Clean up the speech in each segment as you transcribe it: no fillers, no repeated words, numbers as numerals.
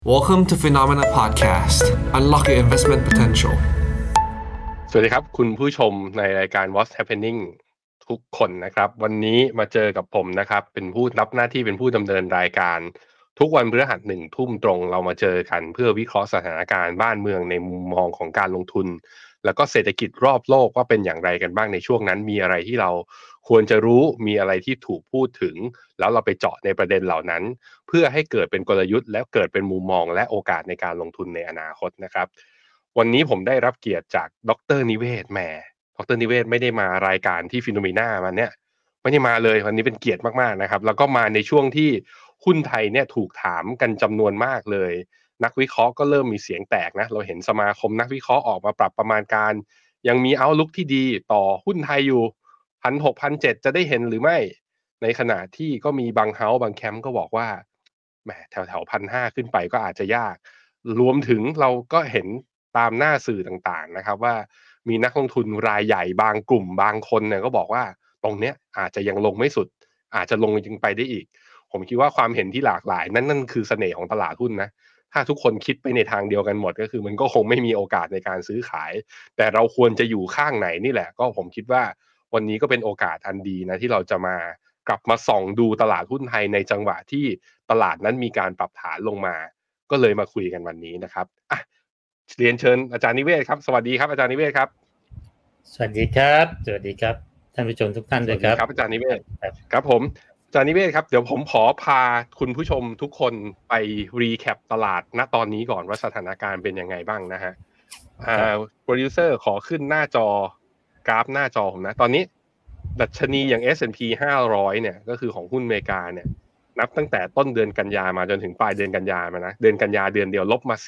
Welcome to Phenomena Podcast. Unlock your investment potential. สวัสดีครับคุณผู้ชมในรายการ What's Happening ทุกคนนะครับวันนี้มาเจอกับผมนะครับเป็นผู้รับหน้าที่เป็นผู้ดำเนินรายการทุกวันพฤหัสหนึ่งทุ่มตรงเรามาเจอกันเพื่อวิเคราะห์สถานการณ์บ้านเมืองในมุมมองของการลงทุนแล้วก็เศรษฐกิจรอบโลกว่าเป็นอย่างไรกันบ้างในช่วงนั้นมีอะไรที่เราควรจะรู้มีอะไรที่ถูกพูดถึงแล้วเราไปเจาะในประเด็นเหล่านั้นเพื่อให้เกิดเป็นกลยุทธ์และเกิดเป็นมุมมองและโอกาสในการลงทุนในอนาคตนะครับวันนี้ผมได้รับเกียรติจากดร.นิเวศน์แหมดร.นิเวศน์ไม่ได้มารายการที่ Phenomena มันเนี่ยไม่ได้มาเลยวันนี้เป็นเกียรติมากๆนะครับแล้วก็มาในช่วงที่หุ้นไทยเนี่ยถูกถามกันจำนวนมากเลยนักวิเคราะห์ก็เริ่มมีเสียงแตกนะเราเห็นสมาคมนักวิเคราะห์ออกมาปรับประมาณการยังมีเอาท์ลุคที่ดีต่อหุ้นไทยอยู่1,600 1,700จะได้เห็นหรือไม่ในขณะที่ก็มีบางเฮ้าส์บางแคมป์ก็บอกว่าแหมแถวๆ1,500ขึ้นไปก็อาจจะยากรวมถึงเราก็เห็นตามหน้าสื่อต่างๆนะครับว่ามีนักลงทุนรายใหญ่บางกลุ่มบางคนเนี่ยก็บอกว่าตรงเนี้ยอาจจะยังลงไม่สุดอาจจะลงยังไปได้อีกผมคิดว่าความเห็นที่หลากหลายนั่นคือเสน่ห์ของตลาดหุ้นนะถ้าทุกคนคิดไปในทางเดียวกันหมดก็คือมันก็คงไม่มีโอกาสในการซื้อขายแต่เราควรจะอยู่ข้างไหนนี่แหละก็ผมคิดว่าวันนี้ก็เป็นโอกาสอันดีนะที่เราจะมากลับมาส่องดูตลาดหุ้นไทยในจังหวะที่ตลาดนั้นมีการปรับฐานลงมาก็เลยมาคุยกันวันนี้นะครับเรียนเชิญอาจารย์นิเวศครับสวัสดีครับอาจารย์นิเวศครับสวัสดีครับสวัสดีครับท่านผู้ชมทุกท่านด้วยครับครับอาจารย์นิเวศครับผมอาจารย์นิเวศครับเดี๋ยวผมขอพาคุณผู้ชมทุกคนไปรีแคปตลาดณตอนนี้ก่อนว่าสถานการณ์เป็นยังไงบ้างนะฮะโปรดิวเซอร์ขอขึ้นหน้าจอกราฟหน้าจอผมนะตอนนี้ดัชนีอย่าง S&P 500เนี่ยก็คือของหุ้นอเมริกาเนี่ยนับตั้งแต่ต้นเดือนกันยามาจนถึงปลายเดือนกันยามานะเดือนกันยาเดือนเดียวลบมา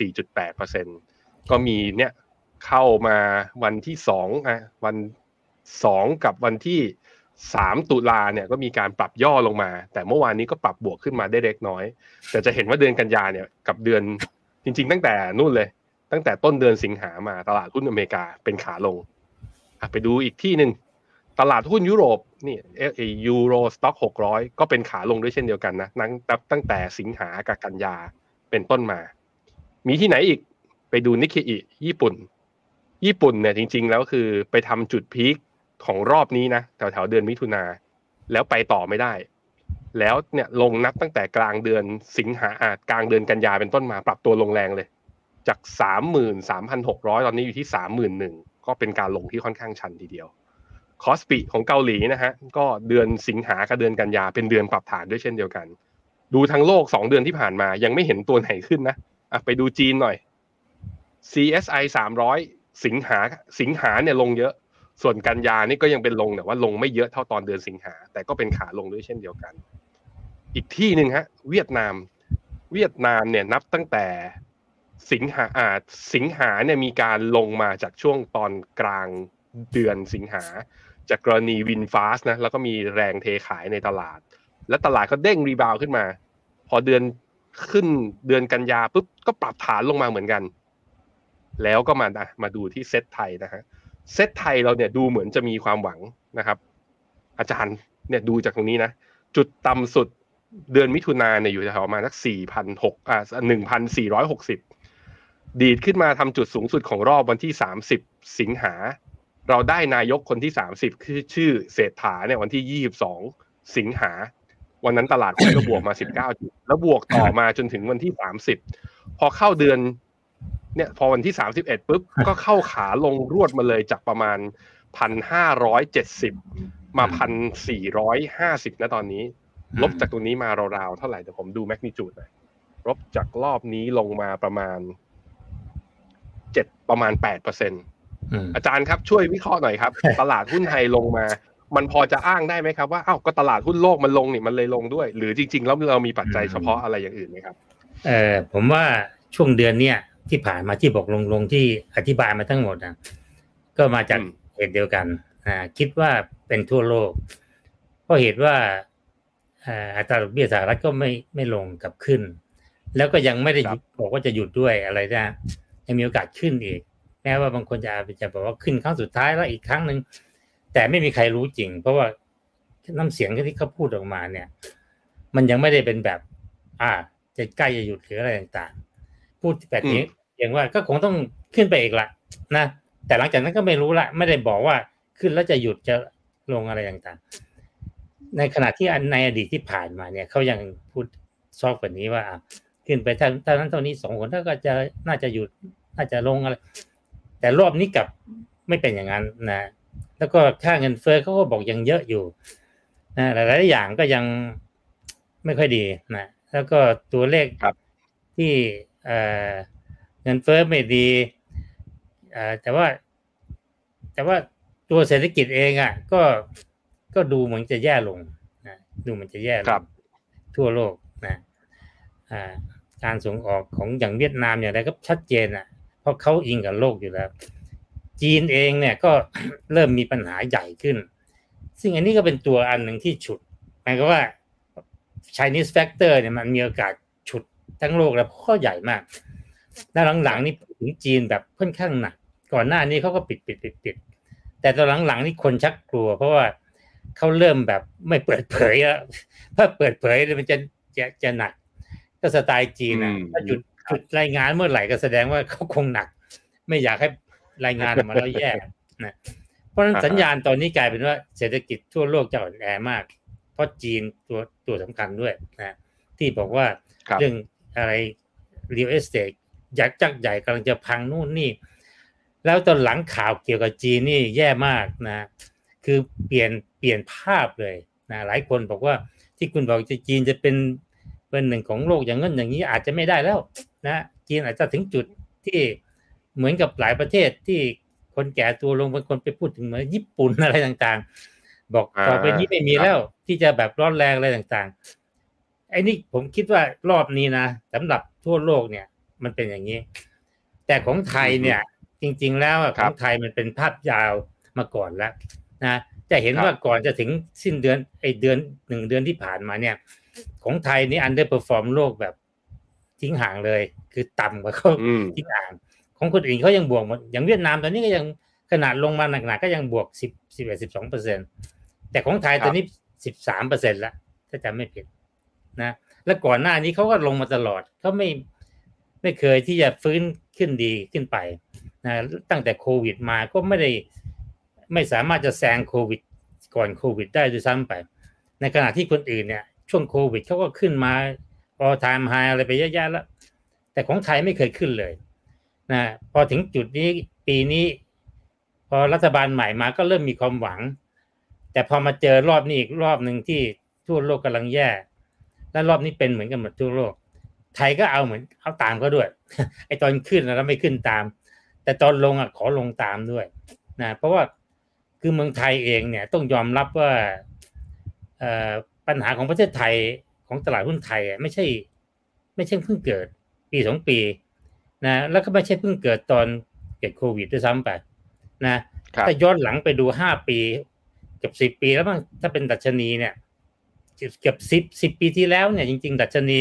4.8% ก็มีเนี่ยเข้ามาวันที่2วัน2กับวันที่3ตุลาเนี่ยก็มีการปรับย่อลงมาแต่เมื่อวานนี้ก็ปรับบวกขึ้นมาได้เล็กน้อยแต่จะเห็นว่าเดือนกันยาเนี่ยกับเดือนจริงๆตั้งแต่นู่นเลยตั้งแต่ต้นเดือนสิงหามาตลาดหุ้นอเมริกาเป็นขาลงไปดูอีกที่หนึ่งตลาดหุ้นยุโรปนี่ยูโรสต็อก600ก็เป็นขาลงด้วยเช่นเดียวกันนะนับตั้งแต่สิงหากับกันยาเป็นต้นมามีที่ไหนอีกไปดูนิเคอิญี่ปุ่นเนี่ยจริงๆแล้วคือไปทำจุดพีคของรอบนี้นะแถวๆเดือนมิถุนาแล้วไปต่อไม่ได้แล้วเนี่ยลงนับตั้งแต่กลางเดือนสิงหากลางเดือนกันยาเป็นต้นมาปรับตัวลงแรงเลยจาก 33,600 ตอนนี้อยู่ที่ 31,000 ก็เป็นการลงที่ค่อนข้างชันทีเดียวคอสปิของเกาหลีนะฮะก็เดือนสิงหากับเดือนกันยาเป็นเดือนปรับฐานด้วยเช่นเดียวกันดูทั้งโลก2เดือนที่ผ่านมายังไม่เห็นตัวไหนขึ้นนะไปดูจีนหน่อย CSI 300สิงหาเนี่ยลงเยอะส่วนกันยานี่ก็ยังเป็นลงแต่ว่าลงไม่เยอะเท่าตอนเดือนสิงหาแต่ก็เป็นขาลงด้วยเช่นเดียวกันอีกที่หนึ่งฮะเวียดนามเนี่ยนับตั้งแต่สิงหาเนี่ยมีการลงมาจากช่วงตอนกลางเดือนสิงหาจากกรณีวินฟาสนะแล้วก็มีแรงเทขายในตลาดและตลาดก็เด้งรีบาวขึ้นมาพอเดือนขึ้นเดือนกันยาปุ๊บก็ปรับฐานลงมาเหมือนกันแล้วก็มาดูที่เซ็ตไทยนะฮะเซ็ตไทยเราเนี่ยดูเหมือนจะมีความหวังนะครับอาจารย์เนี่ยดูจากตรงนี้นะจุดต่ำสุดเดือนมิถุนายนเนี่ยอยู่แถวประมาณสัก 1,460 ดีดขึ้นมาทำจุดสูงสุดของรอบวันที่30สิงหาเราได้นายกคนที่30คือชื่อเศรษฐาเนี่ยวันที่22สิงหาวันนั้นตลาดหุ้นก็บวกมา19จุดแล้วบวกต่อมาจนถึงวันที่30พอเข้าเดือนเนี่ยพอวันที่31ปุ๊บก็เข้าขาลงรวดมาเลยจากประมาณ 1,570 มา 1,450 นะตอนนี้ลบจากตรงนี้มาราวๆเท่าไหร่เดี๋ยวผมดูแมกนิจูดหน่อยลบจากรอบนี้ลงมาประมาณ 8% อาจารย์ครับช่วยวิเคราะห์หน่อยครับ ตลาดหุ้นไทยลงมามันพอจะอ้างได้ไหมครับว่าก็ตลาดหุ้นโลกมันลงนี่มันเลยลงด้วยหรือจริงๆแล้วเรามีปัจจัยเฉพาะอะไรอย่างอื่นไหมครับผมว่าช่วงเดือนเนี้ยที่ผ่านมาที่บอกลงที่อธิบายมาทั้งหมดนะก็มาจากเหตุเดียวกันคิดว่าเป็นทั่วโลกเพราะเหตุว่าอัตราดอกเบี้ยสหรัฐก็ไม่ลงกับขึ้นแล้วก็ยังไม่ได้บอกว่าจะหยุดด้วยอะไรนะยังมีโอกาสขึ้นอีกแม้ว่าบางคนจะบอกว่าขึ้นครั้งสุดท้ายแล้วอีกครั้งนึงแต่ไม่มีใครรู้จริงเพราะว่าน้ำเสียงที่เขาพูดออกมาเนี่ยมันยังไม่ได้เป็นแบบจะใกล้จะหยุดหรืออะไรต่างพูดแบบนี้อย่างว่าก็คงต้องขึ้นไปอีกละนะแต่หลังจากนั้นก็ไม่รู้ละไม่ได้บอกว่าขึ้นแล้วจะหยุดจะลงอะไรต่างๆในขณะที่ในอดีตที่ผ่านมาเนี่ยเขายังพูดซอฟกว่านี้ว่าขึ้นไปเท่านั้นเท่านี้2 คนถ้าก็จะน่าจะหยุดน่าจะลงอะไรแต่รอบนี้กลับไม่เป็นอย่างนั้นนะแล้วก็ค่าเงินเฟ้อเขาก็บอกยังเยอะอยู่นะหลายๆอย่างก็ยังไม่ค่อยดีนะแล้วก็ตัวเลขที่เงินเฟ้อไม่ดีแต่ว่าตัวเศรษฐกิจเองอ่ะก็ดูเหมือนจะแย่ลงนะดูเหมือนจะแย่ลงทั่วโลกนะการส่งออกของอย่างเวียดนามอย่างไรก็ชัดเจนอ่ะเพราะเขาอิงกับโลกอยู่แล้วจีนเองเนี่ยก็เริ่มมีปัญหาใหญ่ขึ้นซึ่งอันนี้ก็เป็นตัวอันหนึ่งที่ฉุดหมายความว่า Chinese factor เนี่ยมันมีโอกาสฉุดทั้งโลกแล้วเพราะใหญ่มากแล้วหลังๆนี่ถึงจีนแบบค่อนข้างหนักก่อนหน้านี้เขาก็ปิดแต่ตอนหลังๆนี่คนชักกลัวเพราะว่าเขาเริ่มแบบไม่เปิดเผยแล้วถ้าเปิดเผยมันจะหนักก็สไตล์จีนนะถ้าหยุดรายงานเมื่อไหร่ก็แสดงว่าเขาคงหนักไม่อยากให้รายงานออกมาแล้วแย่นะเพราะฉะนั้นสัญญาณตอนนี้กลายเป็นว่าเศรษฐกิจทั่วโลกจะอ่อนแอมากเพราะจีนตัวสำคัญด้วยนะที่บอกว่าเรื่องอะไร real estate ยักษ์ใหญ่กำลังจะพังนู่นนี่แล้วตอนหลังข่าวเกี่ยวกับจีนนี่แย่มากนะคือเปลี่ยนภาพเลยนะหลายคนบอกว่าที่คุณบอกจีนจะเป็นหนึ่งของโลกอย่างนั้นอย่างนี้อาจจะไม่ได้แล้วนะจีนอาจจะถึงจุดที่เหมือนกับหลายประเทศที่คนแก่ตัวลงบางคนไปพูดถึงเหมือนญี่ปุ่นอะไรต่างๆบอกต่อไปนี้ไม่มีแล้วที่จะแบบร้อนแรงอะไรต่างๆไอ้นี่ผมคิดว่ารอบนี้นะสำหรับทั่วโลกเนี่ยมันเป็นอย่างนี้แต่ของไทยเนี่ยจริงๆแล้วของไทยมันเป็นภาพยาวมาก่อนแล้วนะจะเห็นว่าก่อนจะถึงสิ้นเดือนเดือน1 เดือนที่ผ่านมาเนี่ยของไทยนี่อันเดอร์เพอร์ฟอร์มโลกแบบทิ้งห่างเลยคือต่ำกว่าเขาทิ้งห่างของคนอื่นเขายังบวกหมดอย่างเวียดนามตอนนี้ก็ยังขนาดลงมาหนักๆก็ยังบวก11-12%แต่ของไทยตอนนี้13%แล้วถ้าจำไม่ผิดนะแล้วก่อนหน้านี้เขาก็ลงมาตลอดเขาไม่เคยที่จะฟื้นขึ้นดีขึ้นไปนะตั้งแต่โควิดมาก็ไม่สามารถจะแซงโควิดก่อนโควิดได้ด้วยซ้ำไปในขณะที่คนอื่นเนี่ยช่วงโควิดเขาก็ขึ้นมา all time high อะไรไปเยอะแยะแล้วแต่ของไทยไม่เคยขึ้นเลยนะพอถึงจุดนี้ปีนี้พอรัฐบาลใหม่มาก็เริ่มมีความหวังแต่พอมาเจอรอบนี้อีกรอบนึงที่ทั่วโลกกำลังแย่และรอบนี้เป็นเหมือนกันหมดทั่วโลกไทยก็เอาตามเขาด้วยไอ้ตอนขึ้นแล้วไม่ขึ้นตามแต่ตอนลงขอลงตามด้วยนะเพราะว่าคือเมืองไทยเองเนี่ยต้องยอมรับว่าปัญหาของประเทศไทยของตลาดหุ้นไทยไม่ใช่เพิ่งเกิดปี2 ปีนะแล้วก็ไม่ใช่เพิ่งเกิดตอนเกิดโควิดด้วยซ้ำไปนะถ้าย้อนหลังไปดู5 ปีกับ10 ปีแล้วมั้งถ้าเป็นดัชนีเนี่ยเกือบ10 ปีที่แล้วเนี่ยจริงๆดัชนี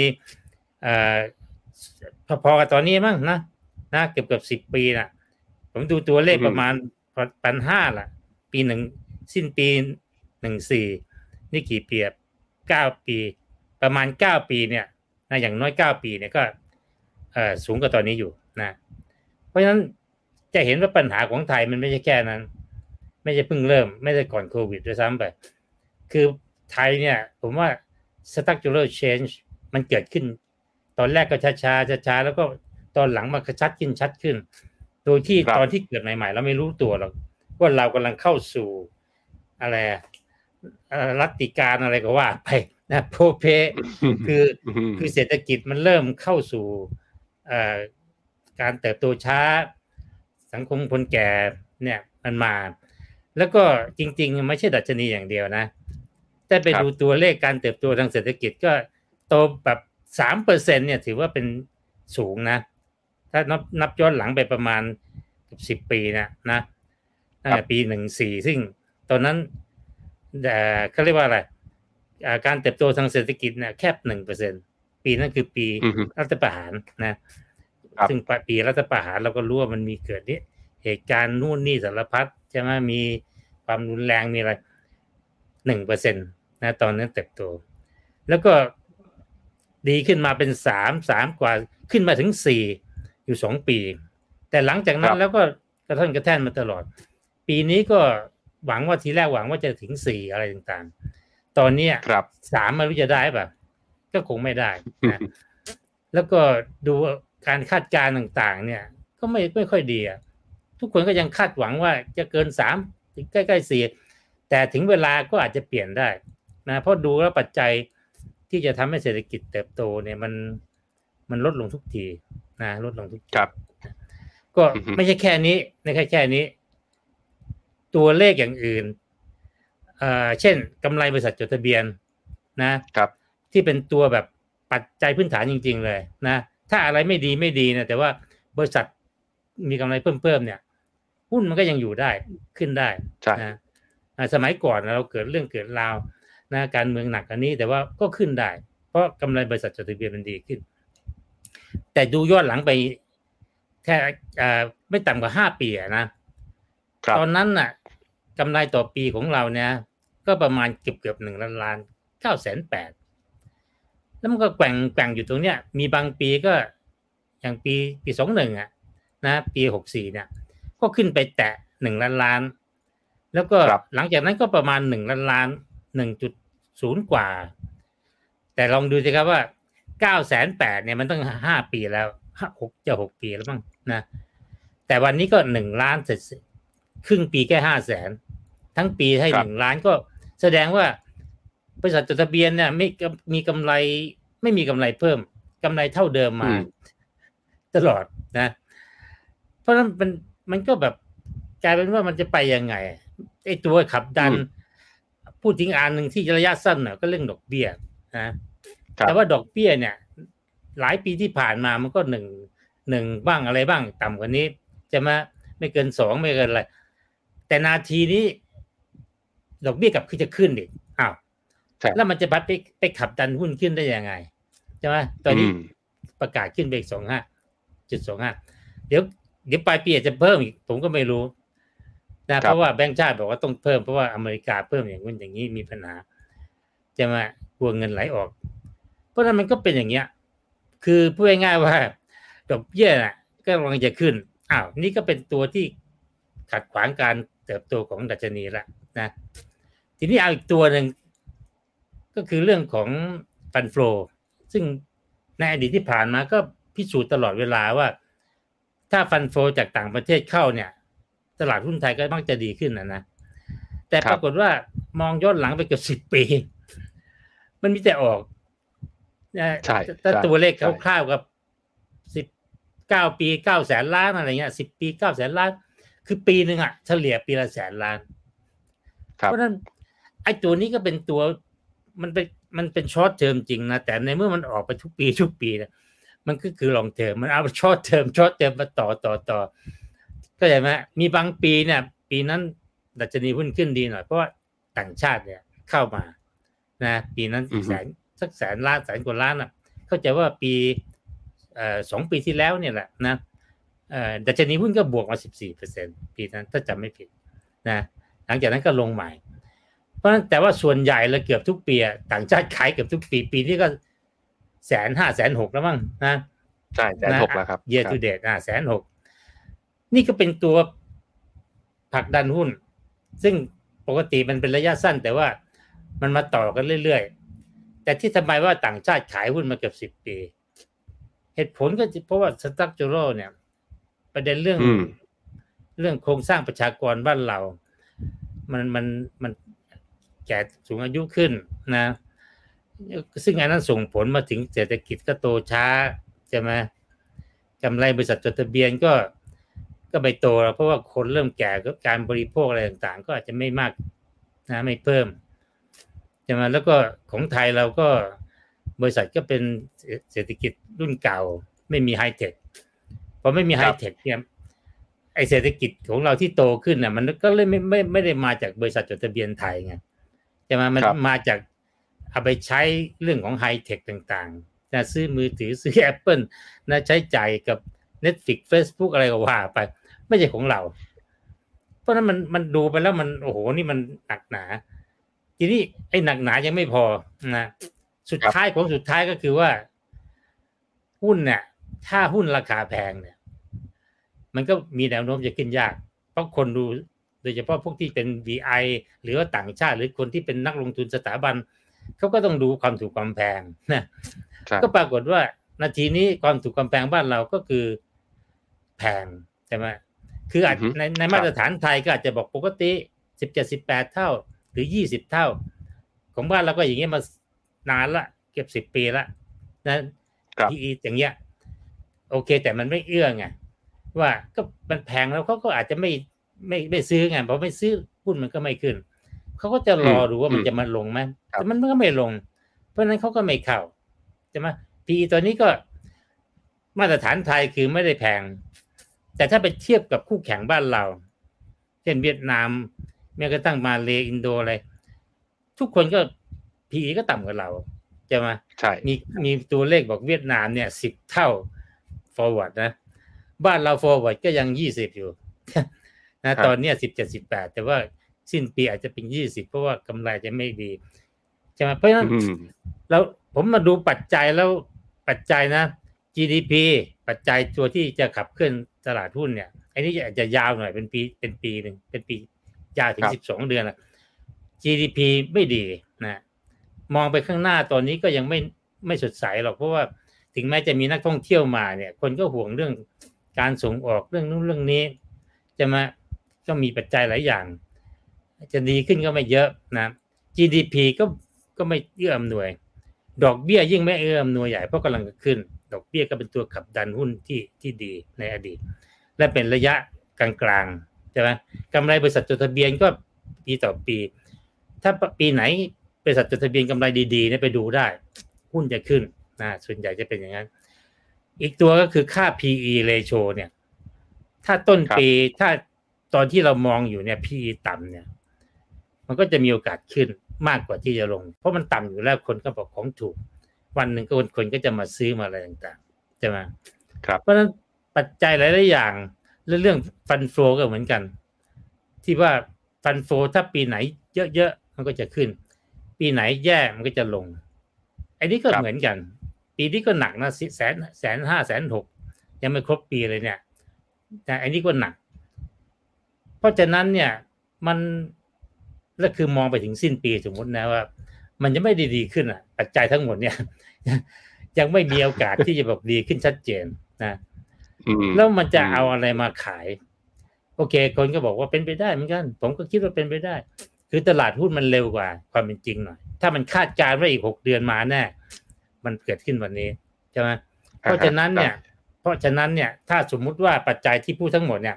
พอๆกับตอนนี้มั้งนะเกือบ10 ปีน่ะผมดูตัวเลขประมาณ 1,500 ล่ะปี1สิ้นปี14นี่กี่ปี9 ปีประมาณ9 ปีเนี่ยนะอย่างน้อย9 ปีเนี่ยก็สูงกว่าตอนนี้อยู่นะเพราะฉะนั้นจะเห็นว่าปัญหาของไทยมันไม่ใช่แค่นั้นไม่ใช่เพิ่งเริ่มไม่ได้ก่อนโควิดด้วยซ้ำไปคือไทยเนี่ยผมว่า structural change มันเกิดขึ้นตอนแรกก็ช้าแล้วก็ตอนหลังมาชัดขึ้นโดยที่ตอนที่เกิดใหม่ๆเราไม่รู้ตัวหรอกว่าเรากำลังเข้าสู่อะไรรัฐการอะไรก็ว่าไปนะโพเพคือเศรษฐกิจมันเริ่มเข้าสู่การเติบโตช้าสังคมคนแก่เนี่ยมันมาแล้วก็จริงๆไม่ใช่ดัชนีอย่างเดียวนะแต่ไปดูตัวเลขการเติบโตทางเศรษฐกิจก็โตแบบ 3% เนี่ยถือว่าเป็นสูงนะถ้านับย้อนหลังไปประมาณ10 ปีนะตั้งแต่ปี14ซึ่งตอนนั้นเขาเรียกว่าอะไรการเติบโตทางเศรษฐกิจเนี่ยแค่ 1% ปีนั้นคือปีรัฐประหารนะซึ่งปีรัฐประหารเราก็รู้ว่ามันมีเกิดเหตุการณ์นู่นนี่สารพัดใช่ไหมมีความรุนแรงมีอะไร 1% นะตอนนั้นเติบโตแล้วก็ดีขึ้นมาเป็น3กว่าขึ้นมาถึงอยู่2 ปีแต่หลังจากนั้นแล้วก็กระท่อนกระแท่นมาตลอดปีนี้ก็หวังว่าทีแรกหวังว่าจะถึง4อะไรต่างๆตอนนี้3ไม่รู้จะได้ป่ะก็คงไม่ได้นะแล้วก็ดูการคาดการณ์ต่างๆเนี่ยก็ไม่ค่อยดีอ่ะทุกคนก็ยังคาดหวังว่าจะเกิน3ถึงใกล้ๆ4แต่ถึงเวลาก็อาจจะเปลี่ยนได้นะเพราะดูแล้วปัจจัยที่จะทำให้เศรษฐกิจเติบโตเนี่ยมันลดลงทุกทีนะลดลงทุกทีก็ไม่ใช่แค่นี้ไม่ใช่แค่นี้ตัวเลขอย่างอื่นเช่นกำไรบริษัทจดทะเบียนนะครับที่เป็นตัวแบบปัจจัยพื้นฐานจริงๆเลยนะถ้าอะไรไม่ดีนะแต่ว่าบริษัทมีกำไรเพิ่มเนี่ยหุ้นมันก็ยังอยู่ได้ขึ้นได้นะสมัยก่อนเราเกิดเรื่องเกิดราวนะการเมืองหนักอันนี้แต่ว่าก็ขึ้นได้เพราะกำไรบริษัทจดทะเบียนมันดีขึ้นแต่ดูย้อนหลังไปแค่ไม่ต่ำกว่า5 ปีนะตอนนั้นน่ะกำไรต่อปีของเราเนี่ยก็ประมาณเกือบ1 ล้าน 980,000แล้วมันก็แกว่งอยู่ตรงเนี้ยมีบางปีก็อย่างปี21นะปี64เนี่ยก็ขึ้นไปแตะ1 ล้านแล้วก็หลังจากนั้นก็ประมาณ1 ล้าน 1.0 กว่าแต่ลองดูสิครับว่า980,000เนี่ยมันต้อง5 ปีแล้ว6 ปีแล้วมั้งนะแต่วันนี้ก็1 ล้านเสร็จครึ่งปีแค่500,000ทั้งปีให้1 ล้านก็แสดงว่าบริษัทจดทะเบียนเนี่ยไม่มีกำไรไม่มีกำไรเพิ่มกำไรเท่าเดิมมาตลอดนะเพราะฉะนั้นมันก็แบบกลายเป็นว่ามันจะไปยังไงไอ้ตัวขับดันพูดถึงอันนึงที่ระยะสั้นน่ะก็เรื่องดอกเบี้ยนะแต่ว่าดอกเบี้ยเนี่ยหลายปีที่ผ่านมามันก็1บ้างอะไรบ้างต่ำกว่านี้จะมาไม่เกิน2ไม่เกินอะไรแต่นาทีนี้ดอกเบี้ยกลับจะขึ้นอีกอ้าวแล้วมันจะไปขับดันหุ้นขึ้นได้ยังไงใช่ไหมตอนนี้ประกาศขึ้นไปอีก 25.25 เดี๋ยวปลายปีอาจจะเพิ่มอีกผมก็ไม่รู้นะเพราะว่าแบงก์ชาติบอกว่าต้องเพิ่มเพราะว่าอเมริกาเพิ่มอย่างนู้นอย่างนี้มีปัญหาจะมากลัวเงินไหลออกเพราะฉะนั้นมันก็เป็นอย่างเงี้ยคือพูดง่ายๆว่าดอกเบี้ยน่ะก็กำลังจะขึ้นอ้าวนี่ก็เป็นตัวที่ขัดขวางการเติบโตของดัชนีละนะทีนี้เอาอีกตัวนึงก็คือเรื่องของฟันโฟลซึ่งในอดีตที่ผ่านมาก็พิสูจน์ตลอดเวลาว่าถ้าฟันโฟลจากต่างประเทศเข้าเนี่ยตลาดหุ้นไทยก็มักจะดีขึ้นนะแต่ปรากฏว่ามองย้อนหลังไปเกือบ10 ปีมันมีแต่ออกถ้าตัวเลขคร่าวๆกับ19 ปี 900,000 ล้านอะไรเงี้ย10 ปี 900,000 ล้านคือปีนึงเฉลี่ยปีละ100,000 ล้านเพราะฉะนั้นไอ้ตัวนี้ก็เป็นตัวมันเป็นช็อตเทอมจริงนะแต่ในเมื่อมันออกไปทุกปีเนี่ยมันก็คือลองเทอมมันเอาช็อตเทอมมาต่อก็ใช่ไหมมีบางปีเนี่ยปีนั้นดัชนีหุ้นขึ้นดีหน่อยเพราะว่าต่างชาติเนี่ยเข้ามานะปีนั้นสัก100,000 ล้าน100,000 กว่าล้านเข้าใจว่าปี2 ปีที่แล้วเนี่ยแหละนะดัชนีหุ้นก็บวกมา 14% ปีนั้นถ้าจำไม่ผิดนะหลังจากนั้นก็ลงใหม่เพราะฉะนั้นแต่ว่าส่วนใหญ่เลยเกือบทุกปีต่างชาติขายเกือบทุกปีนี้ก็150,000 160,000แล้วมั้งนะใช่160,000แล้วครับ year to date 160,000นี่ก็เป็นตัวผลักดันหุ้นซึ่งปกติมันเป็นระยะสั้นแต่ว่ามันมาต่อกันเรื่อยๆแต่ที่ทำไมว่าต่างชาติขายหุ้นมาเกือบ10 ปีเหตุผลก็เพราะว่า structural เนี่ยประเด็นเรื่องโครงสร้างประชากรบ้านเรามันแก่สูงอายุขึ้นนะซึ่งอันนั้นส่งผลมาถึงเศรษฐกิจก็โตช้าใช่ไหมกำไรบริษัทจดทะเบียนก็ไม่โตเพราะว่าคนเริ่มแก่ก็การบริโภคอะไรต่างๆก็อาจจะไม่มากนะไม่เพิ่มใช่ไหมแล้วก็ของไทยเราก็บริษัทก็เป็นเศรษฐกิจรุ่นเก่าไม่มีไฮเทคพอไม่มีไฮเทคเนี่ยไอเศรษฐกิจของเราที่โตขึ้นน่ะมันก็เลยไม่ได้มาจากบริษัทจดทะเบียนไทยไงใช่ไหมมันมาจากเอาไปใช้เรื่องของไฮเทคต่างๆนะซื้อมือถือซื้อ Apple นะใช้จ่ายกับ Netflix Facebook อะไรก็ว่าไปไม่ใช่ของเราเพราะนั้นมันดูไปแล้วมันโอ้โหนี่มันหนักหนาทีนี้ไอ้หนักหนายังไม่พอนะสุดท้ายก็คือว่าหุ้นเนี่ยถ้าหุ้นราคาแพงเนี่ยมันก็มีแนวโน้มจะขึ้นยากเพราะคนดูโดยเฉพาะพวกที่เป็น VI หรือว่าต่างชาติหรือคนที่เป็นนักลงทุนสถาบันเขาก็ต้องดูความถูกความแพงนะก็ปรากฏว่านาทีนี้ความถูกความแพงบ้านเราก็คือแพงใช่ไหมคืออาจในมาตรฐานไทยก็อาจจะบอกปกติ17-18 เท่าหรือ20 เท่าของบ้านเราก็อย่างเงี้ยมานานละเกือบ10 ปีละนะ PE อย่างเงี้ยโอเคแต่มันไม่เอื้อไงว่าก็มันแพงแล้วเขาก็อาจจะไม่ซื้อไงเพราะไม่ซื้อหุ้นมันก็ไม่ขึ้นเขาก็จะรอดูว่ามันจะมาลงไหมแต่มันก็ไม่ลงเพราะนั้นเขาก็ไม่เข้าใช่ไหม PE ตัวนี้ก็มาตรฐานไทยคือไม่ได้แพงแต่ถ้าไปเทียบกับคู่แข่งบ้านเราเช่นเวียดนามแม้กระทั่งมาเลอินโดอะไรทุกคนก็ PE ก็ต่ำกว่าเราใช่ไหมใช่มีตัวเลขบอกเวียดนามเนี่ย10 เท่า forward นะบ้านเรา forward ก็ยัง20อยู่นะตอนนี้17-18แต่ว่าสิ้นปีอาจจะเป็น20เพราะว่ากำไรจะไม่ดีใช่ไหมเพราะฉะนั้นแล้วผมมาดูปัจจัยแล้วปัจจัยนะ GDP ปัจจัยตัวที่จะขับเคลื่อนตลาดหุ้นเนี่ยอันนี้อาจจะยาวหน่อยเป็นปีนึงเป็นปียาวถึง12 เดือนละ GDP ไม่ดีนะมองไปข้างหน้าตอนนี้ก็ยังไม่สดใสหรอกเพราะว่าถึงแม้จะมีนักท่องเที่ยวมาเนี่ยคนก็ห่วงเรื่องการส่งออกเรื่องนู้นเรื่องนี้จะมาก็มีปัจจัยหลายอย่างจะดีขึ้นก็ไม่เยอะนะ GDP ก็ไม่เอื้ออำนวยดอกเบี้ยยิ่งไม่เอื้ออำนวยใหญ่เพราะกำลังจะขึ้นดอกเบี้ยก็เป็นตัวขับดันหุ้นที่ดีในอดีตและเป็นระยะกลางๆใช่ไหมกำไรบริษัทจดทะเบียนก็ปีต่อปีถ้าปีไหนบริษัทจดทะเบียนกำไรดีๆเนี่ยไปดูได้หุ้นจะขึ้นนะส่วนใหญ่จะเป็นอย่างนั้นอีกตัวก็คือค่า PE ratio เนี่ยถ้าต้นปีถ้าตอนที่เรามองอยู่เนี่ย PE ต่ำเนี่ยมันก็จะมีโอกาสขึ้นมากกว่าที่จะลงเพราะมันต่ำอยู่แล้วคนก็บอกของถูกวันหนึ่งก็คนก็จะมาซื้อมาอะไรต่างๆใช่ไหมครับเพราะฉะนั้นปัจจัยหลายๆอย่างเรื่องฟันโฟก็เหมือนกันที่ว่าฟันโฟถ้าปีไหนเยอะๆมันก็จะขึ้นปีไหนแย่มันก็จะลงไอ้นี่ก็เหมือนกันปีนี้ก็หนักนะ150,000-160,000ยังไม่ครบปีเลยเนี่ยแต่อันนี้ก็หนักเพราะฉะนั้นเนี่ยมันและคือมองไปถึงสิ้นปีสมมตินะว่ามันจะไม่ดีขึ้นอ่ะปัจจัยทั้งหมดเนี่ยยังไม่มีโอกาสที่จะแบบดีขึ้นชัดเจนนะแล้วมันจะเอาอะไรมาขายโอเคคนก็บอกว่าเป็นไปได้เหมือนกันผมก็คิดว่าเป็นไปได้คือตลาดหุ้นมันเร็วกว่าความเป็นจริงหน่อยถ้ามันคาดการณ์ว่าอีก6 เดือนมาแน่มันเกิดขึ้นวันนี้ใช่ไหมเพราะฉะนั้นเนี่ยถ้าสมมุติว่าปัจจัยที่พูดทั้งหมดเนี่ย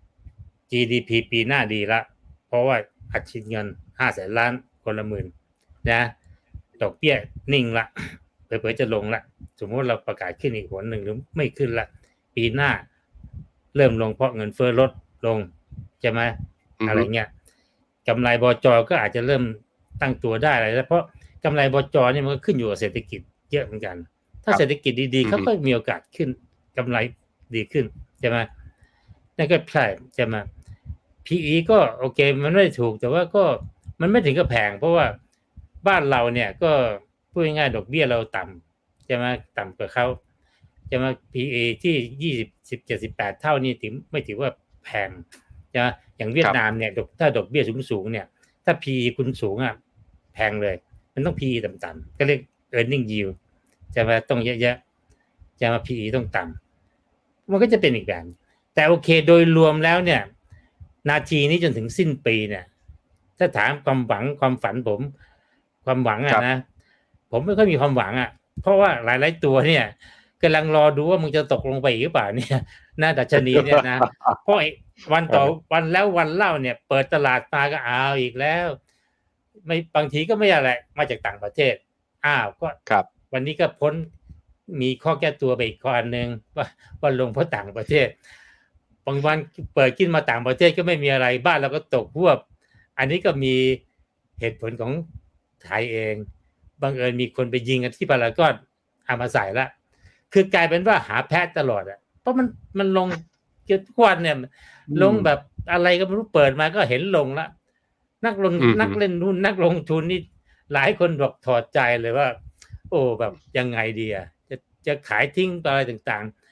GDP ปีหน้าดีละเพราะว่าอัดฉีดเงิน500,000 ล้านคนละหมื่นนะดอกเบี้ยนิ่งละเผลอๆจะลงละสมมติเราประกาศขึ้นอีกหนหนึ่งหรือไม่ขึ้นละปีหน้าเริ่มลงเพราะเงินเฟ้อลดลงใช่ไหมอะไรเงี้ยกำไรบจ.ก็อาจจะเริ่มตั้งตัวได้อะไรแล้วเพราะกำไรบจ.เนี่ยมันก็ขึ้นอยู่กับเศรษฐกิจเยอะเหมือนกันถ้าเศรษฐกิจดีๆเขาก็มีโอกาสขึ้นกำไรดีขึ้นใช่ไหมนั่นก็ใช่ใช่ไหม PE ก็โอเคมันไม่ถูกแต่ว่าก็มันไม่ถึงกับแพงเพราะว่าบ้านเราเนี่ยก็พูดง่ายๆดอกเบี้ยเราต่ำใช่ไหมต่ำกว่าเขาใช่ไหม PE ที่20-17-18 เท่านี่ไม่ถือว่าแพงใช่ไหมอย่างเวียดนามเนี่ยถ้าดอกเบี้ยสูงๆเนี่ยถ้า PE คุณสูงอ่ะแพงเลยมันต้อง PE ต่ำๆก็เรียก earning yield ใช่ไหมต้องเยอะๆใช่ไหม PE ต้องต่ำมันก็จะเป็นอีกแบบแต่โอเคโดยรวมแล้วเนี่ยนาทีนี้จนถึงสิ้นปีเนี่ยถ้าถามความหวังความฝันผมความหวังนะผมไม่ค่อยมีความหวังเพราะว่าหลายๆตัวเนี่ยกำลังรอดูว่ามึงจะตกลงไปหรือเปล่าเนี่ยน่าดัชนีเนี่ยนะเพราะวันต่อวันแล้ววันเล่าเนี่ยเปิดตลาดมาก็เอาอีกแล้วไม่บางทีก็ไม่อะไรมาจากต่างประเทศก็วันนี้ก็พ้นมีข้อแก้ตัวไปอีกข้อนึงว่าลงเพราะต่างประเทศบางวันเปิดขึ้นมาต่างประเทศก็ไม่มีอะไรบ้านเราก็ตกพวบอันนี้ก็มีเหตุผลของไทยเองบังเอิญมีคนไปยิงกันที่พารากอนเอามาใส่ละคือกลายเป็นว่าหาแพทย์ตลอดเพราะมันลงเกือบทุกวันเนี่ยลงแบบอะไรก็ไม่รู้เปิดมาก็เห็นลงละนักเล่นหุ้นนักลงทุนนี่หลายคนบอกถอดใจเลยว่าโอ้แบบยังไงดีจะขายทิ้งอะไรต่าง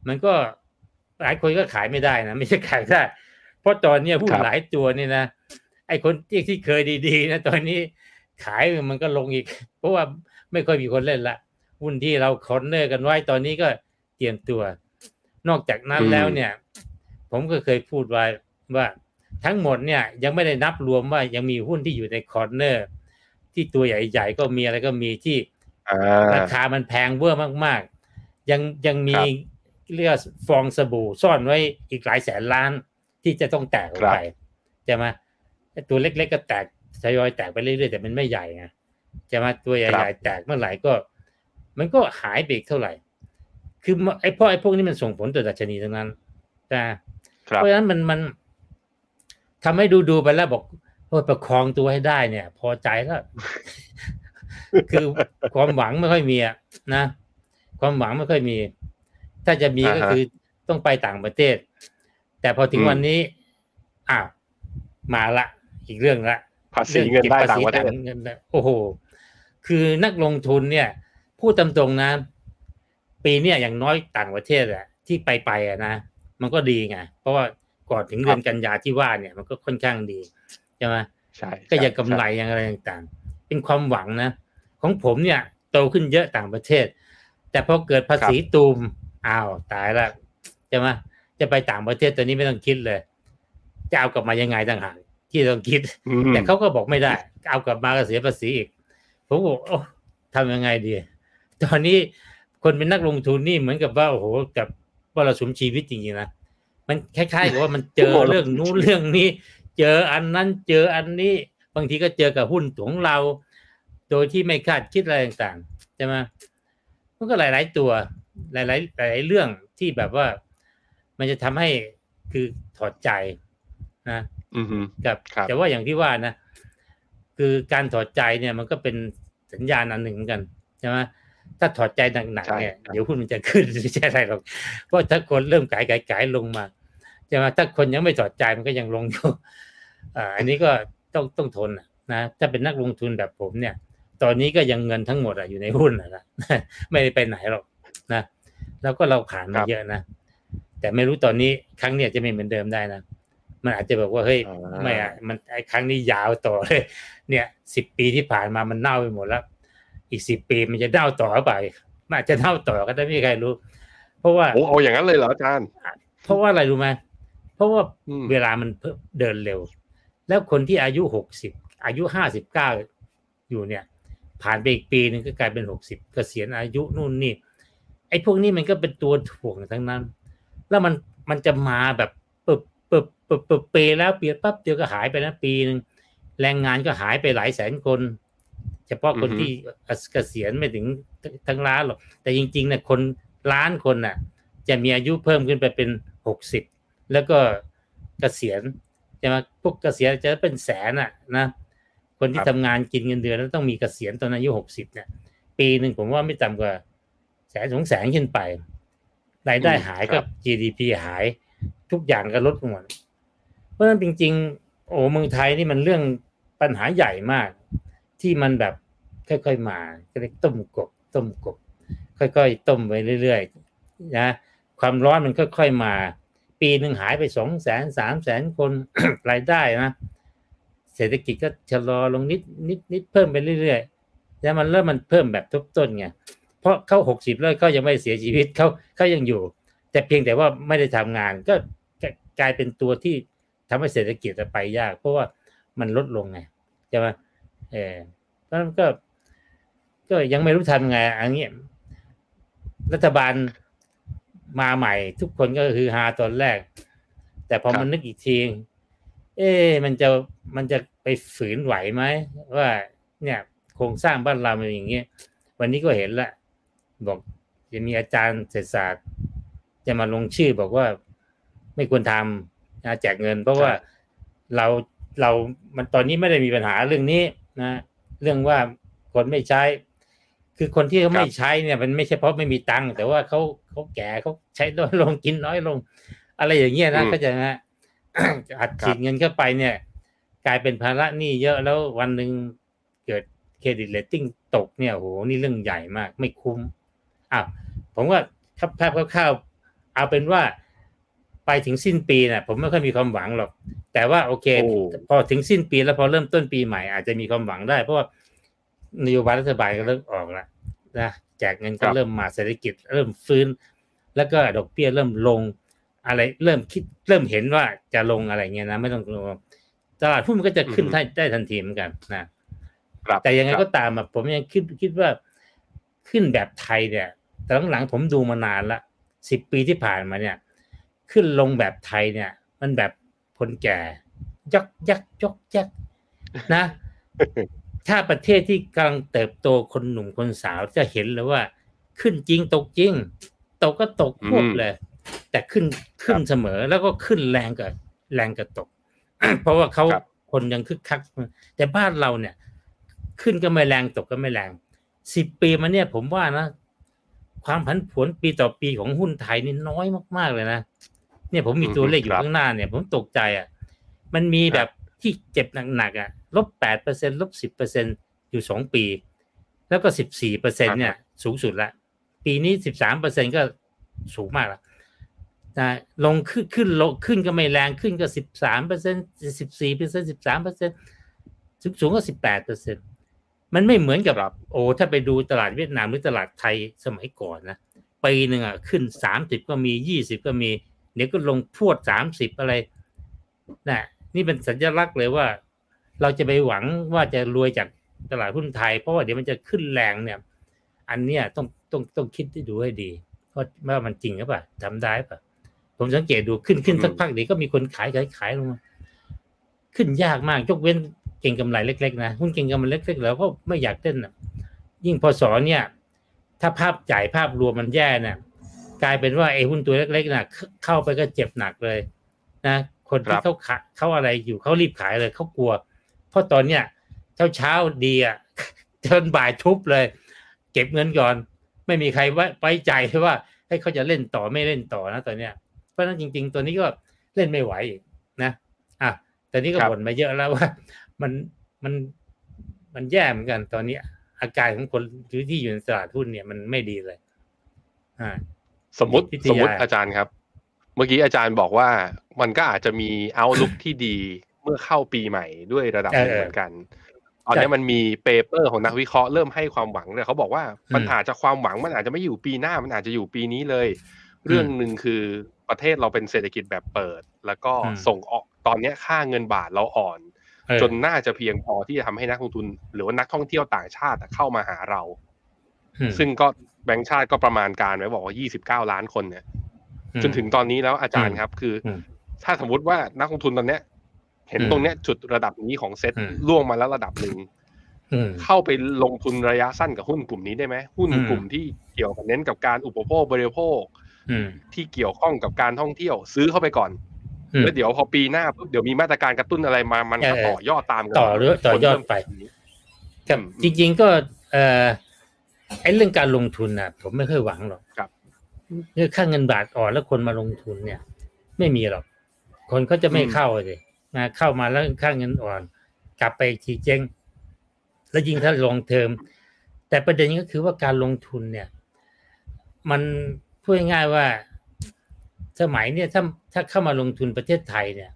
มันก็หลายคนก็ขายไม่ได้นะไม่ใช่ขายได้เพราะตอนนี้หุ้นหลายตัวนี่นะไอ้คนที่เคยดีๆนะตอนนี้ขายมันก็ลงอีกเพราะว่าไม่ค่อยมีคนเล่นละหุ้นที่เราคอนเนอร์กันไว้ตอนนี้ก็เตรียมตัวนอกจากนั้นแล้วเนี่ยผมก็เคยพูดไว้ว่าทั้งหมดเนี่ยยังไม่ได้นับรวมว่ายังมีหุ้นที่อยู่ในคอร์เนอร์ที่ตัวใหญ่ๆก็มีอะไรก็มีที่ราคามันแพงเวอร์มากๆยังมีเรียกฟองสบู่ซ่อนไว้อีกหลายแสนล้านที่จะต้องแตกออกไปใช่ไหมตัวเล็กๆก็แตกทยอยแตกไปเรื่อยๆแต่มันไม่ใหญ่ไงใช่ไหมตัวใหญ่ๆแตกเมื่อไหร่ก็มันก็หายไปอีกเท่าไหร่คือไอ้พวกนี้มันส่งผลต่อดัชนีทั้งนั้นนะเพราะฉะนั้นมันทำให้ดูไปแล้วบอกประคองตัวให้ได้เนี่ยพอใจแล้วคือความหวังไม่ค่อยมีนะความหวังไม่ค่อยมีถ้าจะมีก็คือต้องไปต่างประเทศแต่พอถึงวันนี้มาละอีกเรื่องละภาษีเงินได้ต่างประเทศโอ้โหคือนักลงทุนเนี่ยพูดตามตรงนะปีนี้อย่างน้อยต่างประเทศที่ไปนะมันก็ดีไงเพราะว่าก่อนถึงเดือนกันยาที่ว่าเนี่ยมันก็ค่อนข้างดีใช่ไหมใช่ก็ยังกำไรยังอะไรต่างๆเป็นความหวังนะของผมเนี่ยโตขึ้นเยอะต่างประเทศแต่พอเกิดภาษีตูมตายแล้วใช่ไหมจะไปต่างประเทศตอนนี้ไม่ต้องคิดเลยจะเอากลับมายังไงต่างหากที่ต้องคิดแต่เขาก็บอกไม่ได้เอากลับมาก็เสียภาษีอีกผมบอกโอ้ทำยังไงดีตอนนี้คนเป็นนักลงทุนนี่เหมือนกับว่าโอ้โหกับว่าเราสมชีวิตจริงๆนะมันคล้ายๆกับว่ามันเจอเรื่องนู้นเรื่องนี้เจออันนั้นเจออันนี้บางทีก็เจอกับหุ้นของเราโดยที่ไม่คาดคิดอะไรต่างๆใช่ไหมมันก็หลายๆตัวหลายๆเรื่องที่แบบว่ามันจะทำให้คือถอดใจนะกับแต่ว่าอย่างที่ว่านะคือการถอดใจเนี่ยมันก็เป็นสัญญาณอันหนึ่งเหมือนกันใช่ไหมถ้าถอดใจหนักๆเนี่ยเดี๋ยวหุ้นมันจะขึ้นไม่ใช่อะไรหรอกเพราะถ้าคนเริ่มขายลงมาใช่ไหมถ้าคนยังไม่ถอดใจมันก็ยังลงอยู่อันนี้ก็ต้องทนนะถ้าเป็นนักลงทุนแบบผมเนี่ยตอนนี้ก็ยังเงินทั้งหมดอยู่ในหุ้นนะไม่ได้ไปไหนหรอกนะแล้วก็เราผ่านมาเยอะนะแต่ไม่รู้ตอนนี้ครั้งเนี้ยจะไม่เหมือนเดิมได้นะมันอาจจะบอกว่าเฮ้ยไม่มันไอ้ครั้งนี้ยาวต่อเลยเนี่ย10 ปีที่ผ่านมามันเน่าไปหมดแล้วอีก10 ปีมันจะเน่าต่อไปมันอาจจะเน่าต่อก็ได้ไม่มีใครรู้เพราะว่าเอาอย่างนั้นเลยเหรออาจารย์เพราะว่าอะไรรู้ไหมเพราะว่าเวลามันเดินเร็วแล้วคนที่อายุ60อายุ59อยู่เนี่ยผ่านไปอีกปีนึงก็กลายเป็น60เกษียณอายุนู่นนี่ไอ้พวกนี้มันก็เป็นตัวถ่วงทั้งนั้นแล้วมันจะมาแบบเปแล้วเปลี่ยนปั๊บเดียวก็หายไปนะปีนึงแรงงานก็หายไปหลายแสนคนเฉพาะคนที่เกษียณไม่ถึงทั้งล้านหรอกแต่จริงๆนะคนล้านคนน่ะจะมีอายุเพิ่มขึ้นไปเป็น60แล้วก็เกษียณใช่ไหมพวกเกษียณจะเป็นแสนนะคนที่ทำงานกินเงินเดือนแล้วต้องมีเกษียณตอนอายุ60เนี่ยปีนึงผมว่าไม่ต่ำกว่า1-2 แสนขึ้นไปรายได้หายก็ GDP หายทุกอย่างก็ลดลงหมดเพราะฉะนั้นจริงๆโอ้เมืองไทยนี่มันเรื่องปัญหาใหญ่มากที่มันแบบค่อยๆมาก็เรียกต้มกบค่อยๆต้มไปเรื่อยๆนะความร้อนมันค่อยๆมาปีนึงหายไป200,000-300,000 คนรายได้นะเศรษฐกิจก็ชะลอลงนิดเพิ่มไปเรื่อยๆแล้วมันเริ่มมันเพิ่มแบบทบต้นไงเพราะเขา60แล้วเขายังไม่เสียชีวิตเขายังอยู่แต่เพียงแต่ว่าไม่ได้ทำงานก็กลายเป็นตัวที่ทำให้เศรษฐกิจไปยากเพราะว่ามันลดลงไงใช่ไหมเพราะนั้นก็ยังไม่รู้ทำไงอันนี้รัฐบาลมาใหม่ทุกคนก็คือฮาตอนแรกแต่พอมันนึกอีกทีมันจะไปฝืนไหวไหมว่าเนี่ยโครงสร้างบ้านเราเป็นอย่างนี้วันนี้ก็เห็นละบอกจะมีอาจารย์เศรษฐศาสตร์จะมาลงชื่อบอกว่าไม่ควรทำแจกเงินเพราะว่าเรามันตอนนี้ไม่ได้มีปัญหาเรื่องนี้นะเรื่องว่าคนไม่ใช้คือคนที่เขาไม่ใช้เนี่ยมันไม่ใช่เพราะไม่มีตังค์แต่ว่าเขาแก่เขาใช้น้อยลงกินน้อยลงอะไรอย่างเงี้ยนะก็จะนะอัดฉีดเงินเข้าไปเนี่ยกลายเป็นภาระหนี้เยอะแล้ววันนึงเกิดเครดิตเรตติ้งตกเนี่ยโหนี่เรื่องใหญ่มากไม่คุ้มผมว่าภาพคร่าวเอาเป็นว่าไปถึงสิ้นปีนะผมไม่ค่อยมีความหวังหรอกแต่ว่าโอเคพอถึงสิ้นปีแล้วพอเริ่มต้นปีใหม่อาจจะมีความหวังได้เพราะว่านโยบายรัฐบาลก็เริ่มออกแล้วนะแจกเงินก็เริ่มมาเศรษฐกิจเริ่มฟื้นแล้วก็ดอกเบี้ยเริ่มลงอะไรเริ่มคิดเริ่มเห็นว่าจะลงอะไรเงี้ยนะไม่ต้องกลัวตลาดหุ้นมันก็จะขึ้นได้ทันทีเหมือนกันนะแต่ยังไงก็ตามผมยังคิดว่าขึ้นแบบไทยเนี่ยแต่หลังๆผมดูมานานละ10 ปีที่ผ่านมาเนี่ยขึ้นลงแบบไทยเนี่ยมันแบบคนแก่ยักยักนะ ถ้าประเทศที่กำลังเติบโตคนหนุ่มคนสาวจะเห็นเลยว่าขึ้นจริงตกจริงตกก็ตกควบเลยแต่ขึ้นเสมอแล้วก็ขึ้นแรงกับตก เพราะว่าเขาคนยังคึกคักแต่บ้านเราเนี่ยขึ้นก็ไม่แรงตกก็ไม่แรง10 ปีมาเนี่ยผมว่านะความผันผวนปีต่อปีของหุ้นไทยนี่น้อยมากๆเลยนะเนี่ยผมมีตัวเลขอยู่ข้างหน้าเนี่ยผมตกใจมันมีแบบที่เจ็บหนัก-8% -10% อยู่2 ปีแล้วก็14%เนี่ยสูงสุดละปีนี้13%ก็สูงมากแล้วลงขึ้นก็ไม่แรงขึ้นก็13% 14% 13% สูงก็18%มันไม่เหมือนกับถ้าไปดูตลาดเวียดนามหรือตลาดไทยสมัยก่อนนะปีนึงขึ้น30ก็มี20ก็มีเดี๋ยวก็ลงพรวด30อะไรนะนี่เป็นสัญลักษณ์เลยว่าเราจะไปหวังว่าจะรวยจากตลาดหุ้นไทยเพราะว่าเดี๋ยวมันจะขึ้นแรงเนี่ยอันเนี้ยต้องคิดดูให้ดีว่ามันจริงหรือเปล่าทำได้ป่ะผมสังเกตดูขึ้นสักพักเดี๋ยวก็มีคนขายลงมาขึ้นยากมากยกเว้นเก่งกำไรเล็กๆนะหุ้นเก่งกำไรเล็กๆแล้วก็ไม่อยากเต้นนะยิ่งพศเนี่ยถ้าภาพรวมมันแย่เนี่ยกลายเป็นว่าไอ้หุ้นตัวเล็กๆน่ะเข้าไปก็เจ็บหนักเลยนะคนที่เขาอะไรอยู่เขารีบขายเลยเขากลัวเพราะตอนเนี้ยเช้าดีจนบ่ายทุบเลยเก็บเงินก่อนไม่มีใครไว้ใจว่าให้เขาจะเล่นต่อไม่เล่นต่อนะตอนเนี้ยเพราะฉะนั้นจริงๆตัวนี้ก็เล่นไม่ไหวอีกนะตอนนี้ก็บ่นมาเยอะแล้วว่ามันแย่เหมือนกันตอนนี้อาการของคนที่อยู่ในตลาดหุ้นเนี่ยมันไม่ดีเลยสมมติอาจารย์ครับเมื่อกี้อาจารย์บอกว่ามันก็อาจจะมีเอาท์ลุคที่ดีเมื่อเข้าปีใหม่ด้วยระดับหนึ่งเหมือนกันตอนนี้มันมีเปเปอร์ของนักวิเคราะห์เริ่มให้ความหวังเลยเขาบอกว่ามันอาจจะความหวังมันอาจจะไม่อยู่ปีหน้ามันอาจจะอยู่ปีนี้เลยเรื่องนึงคือประเทศเราเป็นเศรษฐกิจแบบเปิดแล้วก็ส่งออกตอนนี้ค่าเงินบาทเราอ่อนจนน่าจะเพียงพอที่จะทำให้นักลงทุนหรือว่านักท่องเที่ยวต่างชาติเข้ามาหาเราซึ่งก็แบงก์ชาติก็ประมาณการไว้บอกว่า29 ล้านคนเนี่ยจนถึงตอนนี้แล้วอาจารย์ครับคือถ้าสมมติว่านักลงทุนตอนเนี้ยเห็นตรงเนี้ยจุดระดับนี้ของเซ็ตล่วงมาแล้วระดับหนึ่งเข้าไปลงทุนระยะสั้นกับหุ้นกลุ่มนี้ได้ไหมหุ้นกลุ่มที่เกี่ยวกับเน้นกับการอุปโภคบริโภคที่เกี่ยวข้องกับการท่องเที่ยวซื้อเข้าไปก่อนแล้วเดี๋ยวพอปีหน้าปุ๊บเดี๋ยวมีมาตรการกระตุ้นอะไรมามันก็ต่อยอดตามกันต่อยอดไปครับจริงๆก็ไอ้เรื่องการลงทุนน่ะผมไม่ค่อยหวังหรอกครับเรื่องค่าเงินบาทอ่อนแล้วคนมาลงทุนเนี่ยไม่มีหรอกคนเขาจะไม่เข้าเลยนะเข้ามาแล้วค่าเงินอ่อนกลับไปทีเจ๊งแล้วยิ่งถ้าลงเทอมแต่ประเด็นก็คือว่าการลงทุนเนี่ยมันพูดง่ายๆว่าสมัยเนี่ยถ้าเข้ามาลงทุนประเทศไทยเนี่ย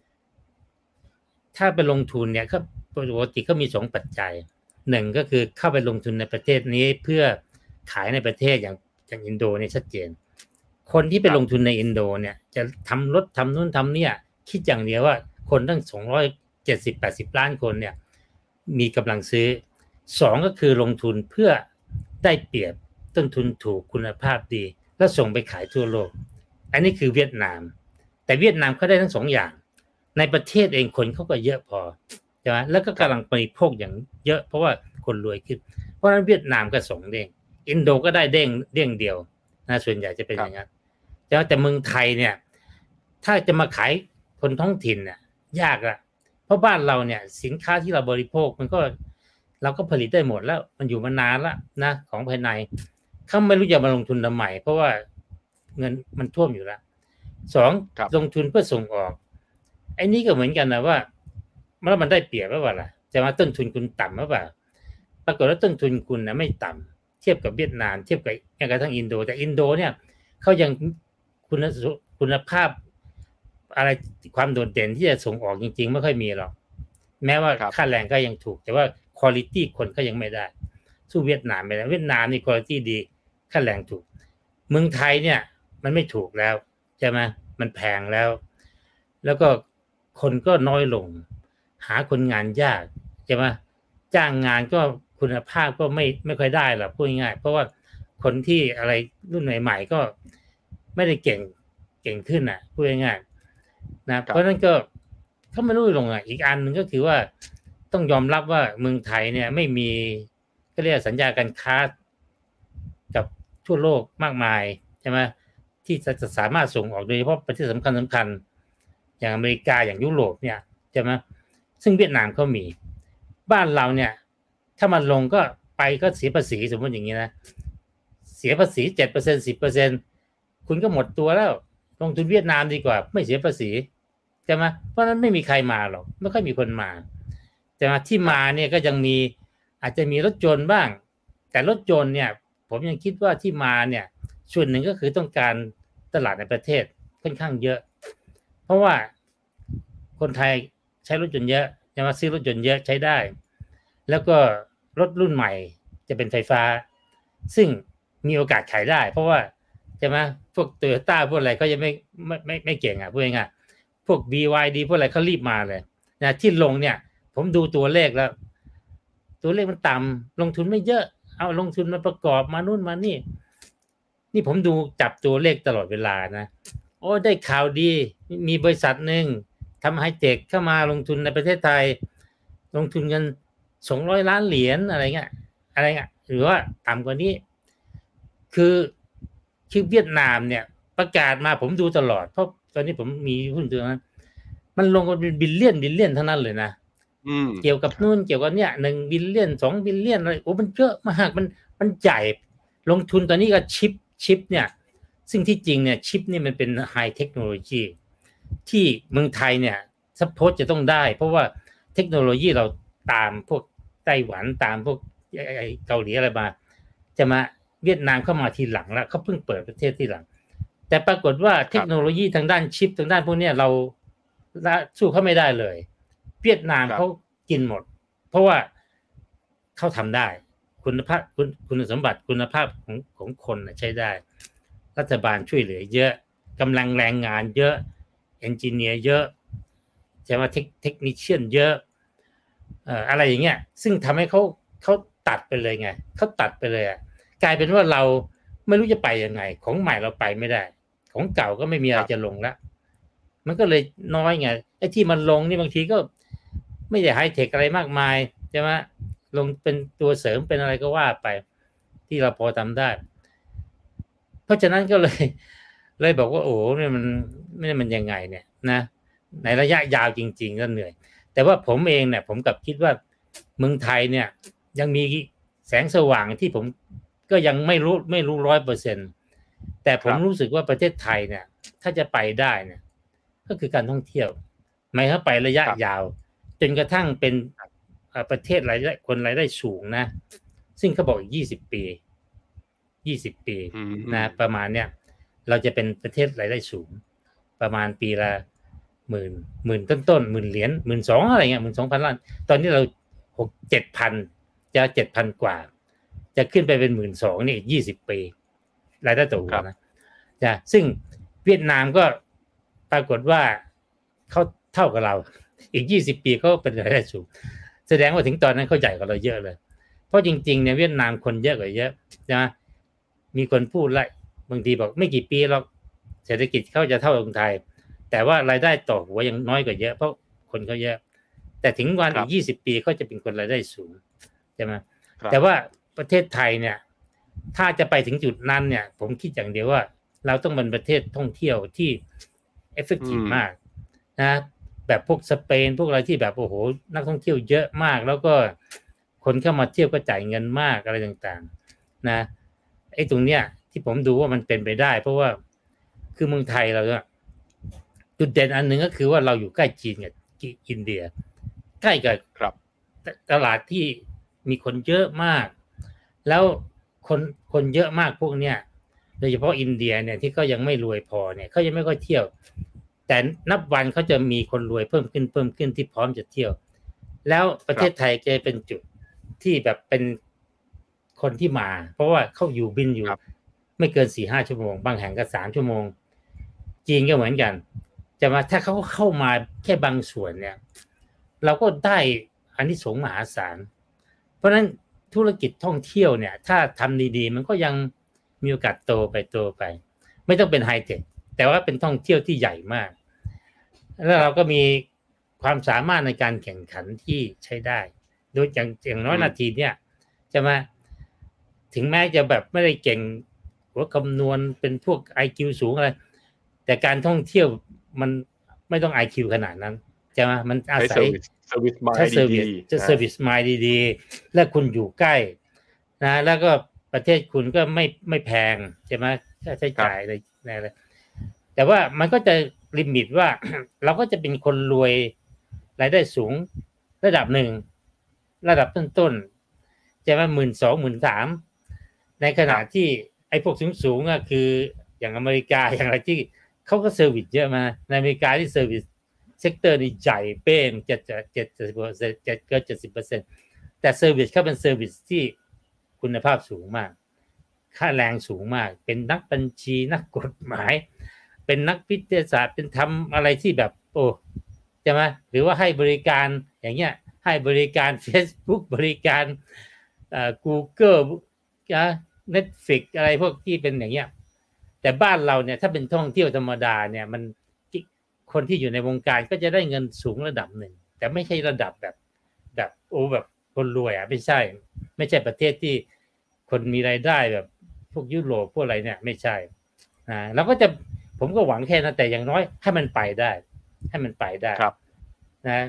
ถ้าไปลงทุนเนี่ยก็ปกติก็มี2ปัจจัย1ก็คือเข้าไปลงทุนในประเทศนี้เพื่อขายในประเทศอย่างอินโดเนี่ยชัดเจนคนที่ไปลงทุนในอินโดเนี่ยจะทำรถทำนู่นทำเนี่ยคิดอย่างเดียวว่าคนตั้ง270-80 ล้านคนเนี่ยมีกำลังซื้อ2ก็คือลงทุนเพื่อได้เปรียบต้นทุนถูกคุณภาพดีแล้วส่งไปขายทั่วโลกอันนี้คือเวียดนามแต่เวียดนามเขาได้ทั้ง2อย่างในประเทศเองคนเขาก็เยอะพอใช่ไหมแล้วก็กำลังบริโภคอย่างเยอะเพราะว่าคนรวยขึ้นเพราะฉะนั้นเวียดนามก็2เด้งอินโดก็ได้เด้งเดียวนะส่วนใหญ่จะเป็นอย่างนั้นแต่เมืองไทยเนี่ยถ้าจะมาขายคนท้องถิ่นเนี่ยยากละเพราะบ้านเราเนี่ยสินค้าที่เราบริโภคมันก็เราก็ผลิตได้หมดแล้วมันอยู่มานานแล้วนะของภายในเขาไม่รู้จะมาลงทุนทำไมเพราะว่าเงินมันท่วมอยู่แล้ว2ลงทุนเพื่อส่งออกไอ้นี่ก็เหมือนกันนะว่าแล้วมันได้เปรียบหรือเปล่าล่ะจะมาต้นทุนคุณต่ำหรือเปล่าปรากฏว่าต้นทุนคุณนะไม่ต่ำเทียบกับเวียดนามเทียบกับอย่างกระทั่งอินโดแต่อินโดเนี่ยเขายังคคุณภาพอะไรความโดดเด่นที่จะส่งออกจริงๆไม่ค่อยมีหรอกแม้ว่าค่าแรงก็ยังถูกแต่ว่าควอลิตี้คนก็ยังไม่ได้สู้เวียดนามไม่ได้เวียดนามนี่ควอลิตี้ดีค่าแรงถูกเมืองไทยเนี่ยมันไม่ถูกแล้วใช่ไหมมันแพงแล้วก็คนก็น้อยลงหาคนงานยากใช่ไหมจ้างงานก็คุณภาพก็ไม่ค่อยได้หรอกพูดง่ายๆเพราะว่าคนที่อะไรรุ่นใหม่ๆก็ไม่ได้เก่งขึ้นน่ะพูดง่ายๆนะเพราะนั้นก็เขาไม่รู้ลงอ่ะอีกอันนึงก็คือว่าต้องยอมรับว่าเมืองไทยเนี่ยไม่มีก็เรียกสัญญาการค้ากับทั่วโลกมากมายใช่ไหมที่จะสามารถส่งออกโดยเฉพาะประเทศสำคัญอย่างอเมริกาอย่างยุโรปเนี่ยใช่ไหมซึ่งเวียดนามเขามีบ้านเราเนี่ยถ้ามันลงก็ไปก็เสียภาษีสมมติอย่างนี้นะเสียภาษี 7% 10% คุณก็หมดตัวแล้วลงทุนเวียดนามดีกว่าไม่เสียภาษีใช่ไหมเพราะนั้นไม่มีใครมาหรอกไม่ค่อยมีคนมาแต่มาที่มาเนี่ยก็ยังมีอาจจะมีรถยนต์บ้างแต่รถยนต์เนี่ยผมยังคิดว่าที่มาเนี่ยส่วนหนึ่งก็คือต้องการตลาดในประเทศค่อนข้างเยอะเพราะว่าคนไทยใช้รถยนต์เยอะจะมาซื้อรถยนต์เยอะใช้ได้แล้วก็รถรุ่นใหม่จะเป็นไฟฟ้าซึ่งมีโอกาสขายได้เพราะว่าใช่ไหมพวก Toyota พวกอะไรเขายังไม่เก่งอ่ะพูดง่ายๆพวก BYD พวกอะไรเขารีบมาเลยนะที่ลงเนี่ยผมดูตัวเลขแล้วตัวเลขมันต่ำลงทุนไม่เยอะเอาลงทุนมาประกอบมานู่นมานี่ผมดูจับตัวเลขตลอดเวลานะโอ้ได้ข่าวดีมีบริษัทนึงทำไฮเทคเข้ามาลงทุนในประเทศไทยลงทุนกัน200 ล้านเหรียญอะไรเงี้ยหรือว่าต่ำกว่านี้คือเวียดนามเนี่ยประกาศมาผมดูตลอดเพราะตอนนี้ผมมีหุ้นตัวนั้นมันลงกันเป็นบิลเลียนทั้งนั้นเลยนะเกี่ยวกับนู่นเกี่ยวกับเนี่ย1 บิลเลียน2 บิลเลียนอะไรโอ้มันเยอะมากมันใหญ่ลงทุนตอนนี้ก็ชิปเนี่ยซึ่งที่จริงเนี่ยชิปนี่มันเป็นไฮเทคโนโลยีที่เมืองไทยเนี่ยซัพพอร์ตจะต้องได้เพราะว่าเทคโนโลยีเราตามพวกไต้หวันตามพวกเกาหลีอะไรมาจะมาเวียดนามเข้ามาทีหลังแล้วเขาเพิ่งเปิดประเทศทีหลังแต่ปรากฏว่าเทคโนโลยีทางด้านชิปทางด้านพวกนี้เราสู้เขาไม่ได้เลยเวียดนามเขากินหมดเพราะว่าเขาทำได้คุณภาพคุณสมบัติคุณภาพของคนใช้ได้รัฐบาลช่วยเหลือเยอะกำลังแรงงานเยอะเอนจิเนียร์เยอะใช่ไหมเทคนิคเชียนเยอะอะไรอย่างเงี้ยซึ่งทำให้เขาตัดไปเลยไงเขาตัดไปเลยอ่ะกลายเป็นว่าเราไม่รู้จะไปยังไงของใหม่เราไปไม่ได้ของเก่าก็ไม่มีอะไรจะลงแล้วมันก็เลยน้อยไงไอ้ที่มันลงนี่บางทีก็ไม่ได้ไฮเทคอะไรมากมายใช่ไหมลงเป็นตัวเสริมเป็นอะไรก็ว่าไปที่เราพอทำได้เพราะฉะนั้นก็เลยบอกว่าโอ้เนี่ยมันยังไงเนี่ยนะในระยะยาวจริงๆก็เหนื่อยแต่ว่าผมเองเนี่ยผมกลับคิดว่าเมืองไทยเนี่ยยังมีแสงสว่างที่ผมก็ยังไม่รู้ 100%แต่ผมรู้สึกว่าประเทศไทยเนี่ยถ้าจะไปได้เนี่ยก็คือการท่องเที่ยวหมายถึงไประยะยาวจนกระทั่งเป็นประเทศรายได้คนรายได้สูงนะซึ่งเขาบอก20 ปีนะประมาณเนี้ยเราจะเป็นประเทศรายได้สูงประมาณปีละหมื่นต้นหมื่นเหรียญ12,000อะไรเงี้ย12,000 ล้านตอนนี้เรา7,000จะ 7,000 กว่าจะขึ้นไปเป็น 12,000 นี่อีก20 ปีรายได้ต่อหัวนะจ้ะซึ่งเวียดนามก็ปรากฏว่าเขาเท่ากับเราอีก20 ปีเขาเป็นรายได้สูงแสดงว่าถึงตอนนั้นเขาใหญ่กว่าเราเยอะเลยเพราะจริงๆเนี่ยเวียดนามคนเยอะกว่าเยอะนะมีคนพูดไล่บางทีบอกไม่กี่ปีหรอกเศรษฐกิจเขาจะเท่าเมืองไทยแต่ว่ารายได้ต่อหัวยังน้อยกว่าเยอะเพราะคนเขาเยอะแต่ถึงวันอีก20 ปีก็จะเป็นคนรายได้สูงใช่ไหมแต่ว่าประเทศไทยเนี่ยถ้าจะไปถึงจุดนั้นเนี่ยผมคิดอย่างเดียวว่าเราต้องเป็นประเทศท่องเที่ยวที่ effective มากนะแบบพวกสเปนพวกอะไรที่แบบโอ้โหนักท่องเที่ยวเยอะมากแล้วก็คนเข้ามาเที่ยวก็จ่ายเงินมากอะไรต่างๆนะไอ้ตรงเนี้ยที่ผมดูว่ามันเป็นไปได้เพราะว่าคือเมืองไทยเราเนี่ยจุดเด่นอันหนึ่งก็คือว่าเราอยู่ใกล้จีนกับอินเดียใกล้กับตลาดที่มีคนเยอะมากแล้วคนเยอะมากพวกเนี้ยดยเฉพาะอินเดียเนี่ยที่ก็ยังไม่รวยพอเนี่ยเขายังไม่ค่อยเที่ยวแต่นับวันเขาจะมีคนรวยเพิ่มขึ้นที่พร้อมจะเที่ยวแล้วประเทศไทยจะเป็นจุดที่แบบเป็นคนที่มาเพราะว่าเขาอยู่บินอยู่ไม่เกิน 4-5 ชั่วโมงบางแห่งก็3 ชั่วโมงจีนก็เหมือนกันจะมาถ้าเขาเข้ามาแค่บางส่วนเนี่ยเราก็ได้อานิสงส์มหาศาลเพราะฉะนั้นธุรกิจท่องเที่ยวเนี่ยถ้าทำดีๆมันก็ยังมีโอกาสโตไปไม่ต้องเป็นไฮเทคแต่ว่าเป็นท่องเที่ยวที่ใหญ่มากแล้วเราก็มีความสามารถในการแข่งขันที่ใช้ได้โดยอย่างน้อยนาทีเนี่ยจะมาถึงแม้จะแบบไม่ได้เก่งหัวคำนวณเป็นพวก IQ สูงอะไรแต่การท่องเที่ยวมันไม่ต้อง IQ ขนาดนั้นใช่ไหมมันอาศัย service mind ดีๆจะ service mind ดีๆและคุณอยู่ใกล้นะแล้วก็ประเทศคุณก็ไม่แพงใช่ไหมค่าใช้จ่ายอะไรแต่ว่ามันก็จะลิมิตว่า เราก็จะเป็นคนรวยรายได้สูงระดับหนึ่งระดับต้นๆใช่ไหม12,000 13,000ในขณะที่ไอ้พวกสูงๆอ่ะคืออย่างอเมริกาอย่างไรที่เขาก็เซอร์วิสเยอะมาในอเมริกาที่เซอร์วิสเซกเตอร์นี่ใหญ่เป้ง70%แต่เซอร์วิสเขาเป็นเซอร์วิสที่คุณภาพสูงมากค่าแรงสูงมากเป็นนักบัญชีนักกฎหมายเป็นนักวิทยาศาสตร์เป็นทำอะไรที่แบบโอ้ใช่ไหมหรือว่าให้บริการอย่างเงี้ยให้บริการ Facebook บริการGoogle Netflix อะไรพวกที่เป็นอย่างเงี้ยแต่บ้านเราเนี่ยถ้าเป็นท่องเที่ยวธรรมดาเนี่ยมันคนที่อยู่ในวงการก็จะได้เงินสูงระดับหนึ่งแต่ไม่ใช่ระดับแบบแบบคนรวยอ่ะไม่ใช่ประเทศที่คนมีรายได้แบบพวกยุโรปพวกอะไรเนี่ยไม่ใช่แล้วก็จะผมก็หวังแค่นั้นแต่อย่างน้อยให้มันไปได้ครับนะ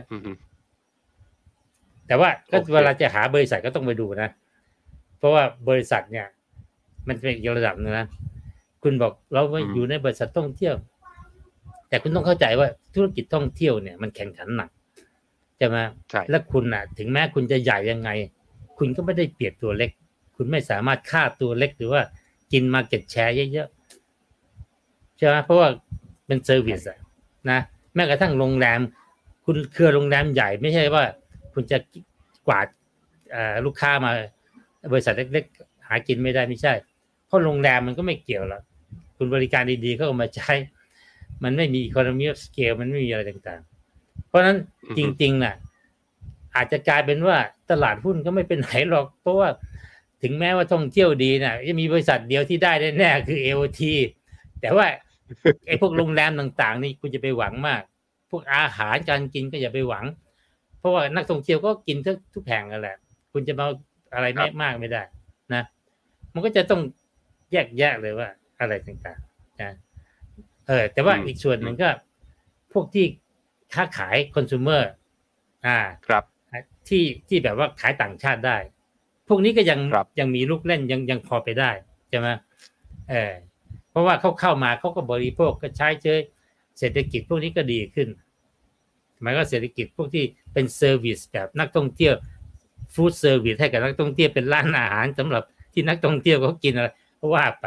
แต่ว่าก็เวลาจะหาบริษัทก็ต้องไปดูนะเพราะว่าบริษัทเนี่ยมันเป็นอีกระดับนึงนะคุณบอกเราอยู่ในบริษัทท่องเที่ยวแต่คุณต้องเข้าใจว่าธุรกิจท่องเที่ยวเนี่ยมันแข่งขันหนักใช่ไหมและคุณน่ะถึงแม้คุณจะใหญ่ยังไงคุณก็ไม่ได้เปรียบตัวเล็กคุณไม่สามารถฆ่าตัวเล็กหรือว่ากินมาร์เก็ตแชร์เยอะๆใช่ไหมเพราะว่าเป็นเซอร์วิสอะนะแม้กระทั่งโรงแรมคุณเครือโรงแรมใหญ่ไม่ใช่ว่าคุณจะกวาดลูกค้ามาบริษัทเล็กๆหากินไม่ได้ไม่ใช่เพราะโรงแรมมันก็ไม่เกี่ยวหรอกคุณบริการดีๆเขาเอามาใช้มันไม่มี economy of scale มันไม่มีอะไรต่างๆเพราะฉะนั้นจริงๆน่ะอาจจะกลายเป็นว่าตลาดหุ้นก็ไม่เป็นไหนหรอกเพราะว่าถึงแม้ว่าท่องเที่ยวดีน่ะจะมีบริษัทเดียวที่ได้แน่ๆคือ AOT แต่ว่าไอ้พวกโรงแรมต่างๆนี่คุณจะไปหวังมากพวกอาหารการกินก็อย่าไปหวังเพราะว่านักท่องเที่ยวก็กินทุกแห่งนั่นแหละคุณจะมาอะไรไม่มากไม่ได้นะมันก็จะต้องแยกแยะเลยว่าอะไรต่างๆนะแต่ว่าอีกส่วนหนึ่งก็พวกที่ค้าขายคอน sumer ครับที่แบบว่าขายต่างชาติได้พวกนี้ก็ยังมีลูกเล่นยังพอไปได้ใช่ไหมเพราะว่าเขาเข้ามาเขาก็บริโภคก็ใช้เจอเศรษฐกิจพวกนี้ก็ดีขึ้นหมายว่าเศรษฐกิจพวกที่เป็นเซอร์วิสแบบนักท่องเที่ยวฟู้ดเซอร์วิสให้กับนักท่องเที่ยวเป็นร้านอาหารสำหรับที่นักท่องเที่ยวเขากินอะไรก็ว่าไป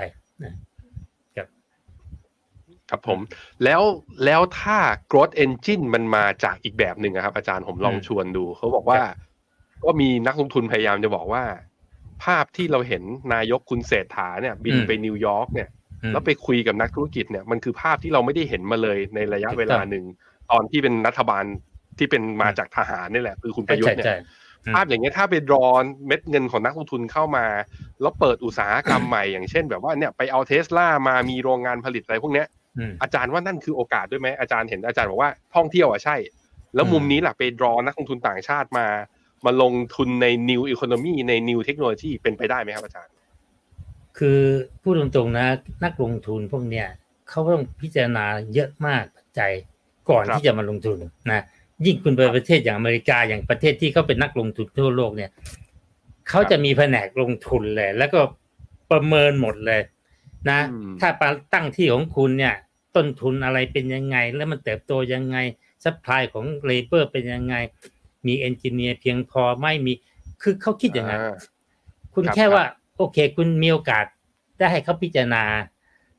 ครับผมแล้วถ้า growth engine มันมาจากอีกแบบหนึ่งครับอาจารย์ผมลองชวนดูเขาบอกว่าก็มีนักลงทุนพยายามจะบอกว่าภาพที่เราเห็นนายกคุณเศรษฐาเนี่ยบินไปนิวยอร์กเนี่ยแล้วไปคุยกับนักธุรกิจเนี่ยมันคือภาพที่เราไม่ได้เห็นมาเลยในระยะเวลาหนึ่งตอนที่เป็นรัฐบาลที่เป็นมาจากทหารนี่แหละคือคุณประยุทธ์เนี่ยภาพอย่างเงี้ยถ้าไปดรอเม็ดเงินของนักลงทุนเข้ามาแล้วเปิดอุตสาหกรรมใหม่อย่างเช่นแบบว่าเนี่ยไปเอา Tesla มามีโรงงานผลิตอะไรพวกเนี้ยอาจารย์ว่านั่นคือโอกาสด้วยไหมอาจารย์เห็นอาจารย์บอกว่าท่องเที่ยวอ่ะใช่แล้วมุมนี้ล่ะไปดรอนักลงทุนต่างชาติมาลงทุนใน new economy ใน new technology เป็นไปได้ไหมครับอาจารย์คือพูดตรงๆนะนักลงทุนพวกเนี้ยเขาต้องพิจารณาเยอะมากปัจจัยก่อนที่จะมาลงทุนนะยิ่งคุณไปประเทศอย่างอเมริกาอย่างประเทศที่เขาเป็นนักลงทุนทั่วโลกเนี่ยเขาจะมีแผนกลงทุนเลยแล้วก็ประเมินหมดเลยนะถ้าตั้งที่ของคุณเนี่ยต้นทุนอะไรเป็นยังไงแล้วมันเติบโตยังไงซัพพลายของเลเบอร์เป็นยังไงมีเอนจิเนียร์เพียงพอไม่มีคือเขาคิดอย่างนั้นคุณแค่ว่าโอเคคุณมีโอกาสได้ให้เขาพิจารณา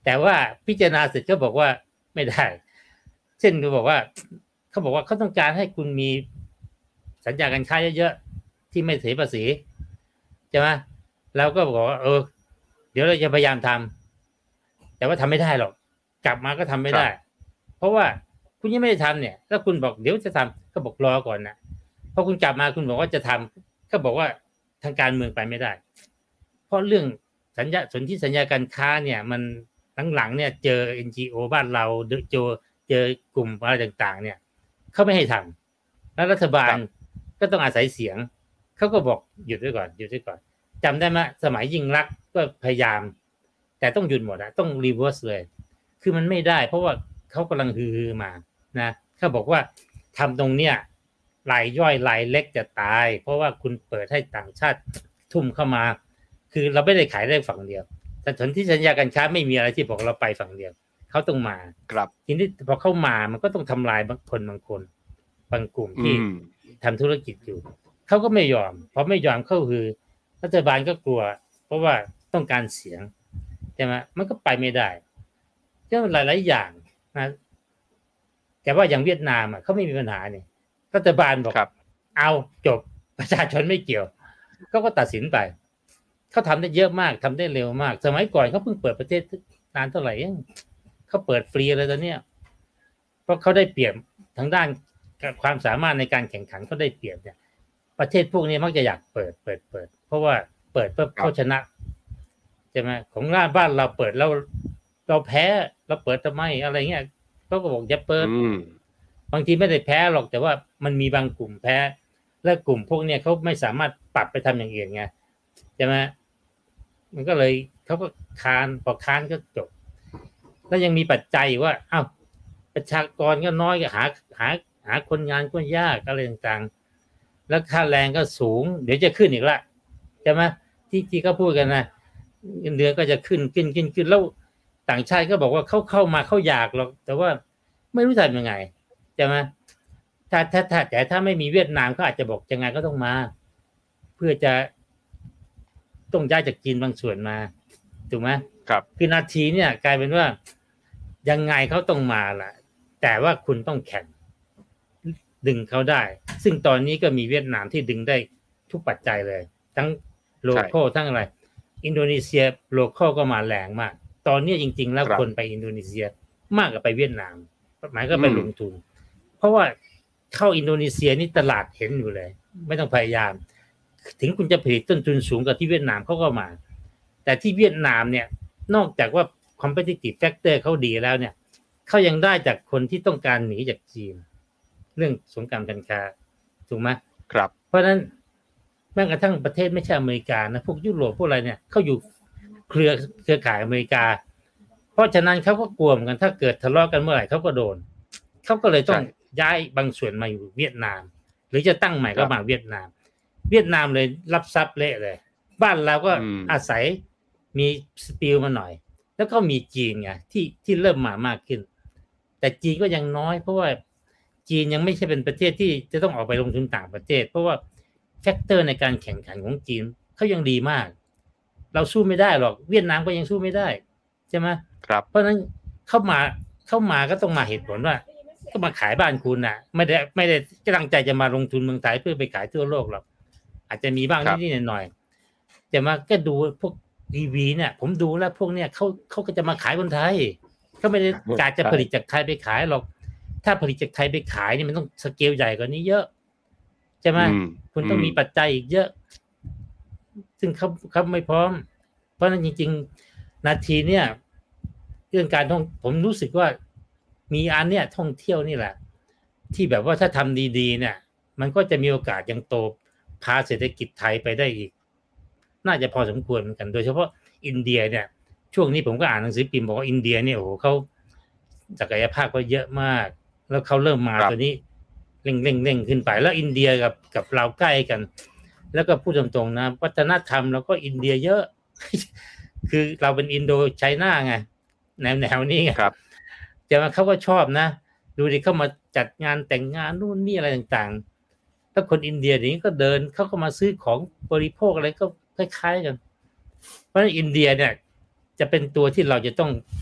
แต่ว่าพิจารณาเสร็จก็บอกว่าไม่ได้เช่นเขาบอกว่าเขาต้องการให้คุณมีสัญญาการค้าเยอะๆที่ไม่เสียภาษีใช่ไหมเราก็บอกว่าเดี๋ยวเราจะพยายามทำแต่ว่าทำไม่ได้หรอกกลับมาก็ทำไม่ได้เพราะว่าคุณยังไม่ได้ทำเนี่ยแล้วคุณบอกเดี๋ยวจะทำก็บอกรอก่อนนะพอคุณกลับมาคุณบอกว่าจะทำก็บอกว่าทางการเมืองไปไม่ได้เพราะเรื่องสนธิสัญญาการค้าเนี่ยมันหลังๆเนี่ยเจอ NGO บ้านเราเจอกลุ่มอะไรต่างๆเนี่ยเขาไม่ให้ทำแล้วรัฐบาลก็ต้องอาศัยเสียงเขาก็บอกหยุดไว้ก่อนจำได้ไหมสมัยยิ่งลักษณ์ก็พยายามแต่ต้องหยุดหมดต้องรีเวิร์สเลยคือมันไม่ได้เพราะว่าเขากำลังฮือมานะเขาบอกว่าทำตรงเนี้ยรายย่อยรายเล็กจะตายเพราะว่าคุณเปิดให้ต่างชาติทุ่มเข้ามาคือเราไม่ได้ขายได้ฝั่งเดียวแต่สนธิสัญญาการค้าไม่มีอะไรที่บอกเราไปฝั่งเดียวเขาต้องมาครับทีนี้พอเข้ามามันก็ต้องทำลายบางคนบางกลุ่มที่ทำธุรกิจอยู่เขาก็ไม่ยอมพอไม่ยอมเข้าคือรัฐบาลก็กลัวเพราะว่าต้องการเสียงใช่ไหมมันก็ไปไม่ได้ก็หลายๆอย่างนะแต่ว่าอย่างเวียดนามเขาไม่มีปัญหาเนี่ยรัฐบาลบอกเอาจบประชาชนไม่เกี่ยวก็ตัดสินไปเขาทำได้เยอะมากทำได้เร็วมากสมัยก่อนเขาเพิ่งเปิดประเทศนานเท่าไหร่เขาเปิดฟรีเลยตอนเนี้ยเพราะเขาได้เปรียบทางด้านความสามารถในการแข่งขันเขาได้เปรียบเนี่ยประเทศพวกนี้มักจะอยากเปิดเพราะว่าเปิดเพื่อเขาชนะใช่ไหมของบ้านเราเปิดแล้วเราแพ้เราเปิดทำไมอะไรเงี้ยเขาก็บอกอย่าเปิดบางทีไม่ได้แพ้หรอกแต่ว่ามันมีบางกลุ่มแพ้และกลุ่มพวกเนี้ยเขาไม่สามารถปรับไปทำอย่างอื่นไงใช่ไหมมันก็เลยเขาก็ค้านพอค้านก็จบแล้วยังมีปัจจัยว่าประชากรก็น้อยก็หาคนงานก็ยากอะไรต่างๆแล้วค่าแรงก็สูงเดี๋ยวจะขึ้นอีกละใช่ไหมที่เขาพูดกันนะเงินเดือนก็จะขึ้นแล้วต่างชาติก็บอกว่าเข้ามาเขาอยากหรอกแต่ว่าไม่รู้ทำยังไงใช่ไหมถ้าไม่มีเวียดนามก็อาจจะบอกยังไงก็ต้องมาเพื่อจะต้องย้ายจากจีนบางส่วนมาถูกไหมครับคือนาทีเนี่ยกลายเป็นว่ายังไงเขาต้องมาล่ะแต่ว่าคุณต้องแข่งดึงเขาได้ซึ่งตอนนี้ก็มีเวียดนามที่ดึงได้ทุกปัจจัยเลยทั้งโลคอลทั้งอะไรอินโดนีเซียโลคอลก็มาแรงมากตอนนี้จริงๆแล้วคนไปอินโดนีเซียมากกว่าไปเวียดนามหมายก็ไปลงทุนเพราะว่าเข้าอินโดนีเซียนี่ตลาดเห็นอยู่เลยไม่ต้องพยายามถึงคุณจะผลิตต้นทุนสูงกว่าที่เวียดนามเขาก็มาแต่ที่เวียดนามเนี่ยนอกจากว่า competitive factor เขาดีแล้วเนี่ยเขายังได้จากคนที่ต้องการหนีจากจีนเรื่องสงครามการค้าถูกไหมครับเพราะฉะนั้นแม้กระทั่งประเทศไม่ใช่อเมริกานะพวกยุโรปพวกอะไรเนี่ยเขาอยู่เครือข่ายอเมริกาเพราะฉะนั้นเขาก็กลัวเหมือนกันถ้าเกิดทะเลาะกันเมื่อไหร่เขาก็โดนเขาก็เลยต้องย้ายบางส่วนมาอยู่เวียดนามหรือจะตั้งใหม่ก็มาเวียดนามเลยรับทรัพย์เละเลยบ้านเราก็อาศัยมีสตีลมาหน่อยแล้วก็มีจีนไงที่เริ่มมามากขึ้นแต่จีนก็ยังน้อยเพราะว่าจีนยังไม่ใช่เป็นประเทศที่จะต้องออกไปลงทุนต่างประเทศเพราะว่าแฟกเตอร์ในการแข่งขันของจีนเขายังดีมากเราสู้ไม่ได้หรอกเวียดนามก็ยังสู้ไม่ได้ใช่ไหมครับเพราะฉะนั้นเข้ามาก็ต้องมาเหตุผลว่าก็มาขายบ้านคุณน่ะไม่ได้ตั้งใจจะมาลงทุนเมืองไทยเพื่อไปขายทั่วโลกหรอกอาจจะมีบ้างนิดๆหน่อยๆแต่มาก็ดูพวกทีวีเนี่ยผมดูแล้วพวกเนี่ยเขาก็จะมาขายคนไทยเขาไม่ได้กะจะผลิตจากไทยไปขายหรอกถ้าผลิตจากไทยไปขายนี่มันต้องสเกลใหญ่กว่านี้เยอะใช่ไหมคุณต้องมีปัจจัยอีกเยอะซึ่งเขาไม่พร้อมเพราะนั้นจริงๆนาทีเนี่ยเรื่องการท่องผมรู้สึกว่ามีอันเนี่ยท่องเที่ยวนี่แหละที่แบบว่าถ้าทำดีๆเนี่ยมันก็จะมีโอกาสยังโตพาเศรษฐกิจไทยไปได้อีกน่าจะพอสมควรเหมือนกันโดยเฉพาะอินเดียเนี่ยช่วงนี้ผมก็อ่านหนังสือพิมพ์บอกว่าอินเดียเนี่ยโอ้โหเขาศักยภาพก็เยอะมากแล้วเขาเริ่มมาตัวนี้เร่งขึ้นไปแล้วอินเดียกับเราใกล้กันแล้วก็พูดตรงๆนะวัฒนธรรมเราก็อินเดียเยอะ คือเราเป็นอินโดไชน่าไงแนวนี้ไงแต่ว่าเขาก็ชอบนะดูดิเข้ามาจัดงานแต่งงานนู่นนี่อะไรต่างๆแล้วคนอินเดียนี้ก็เดินเขาก็มาซื้อของบริโภคอะไรก็คล้ายๆกันเพราะฉะนั้นอินเดียเนี่ยจะเป็นตัวที่เราจะต้อง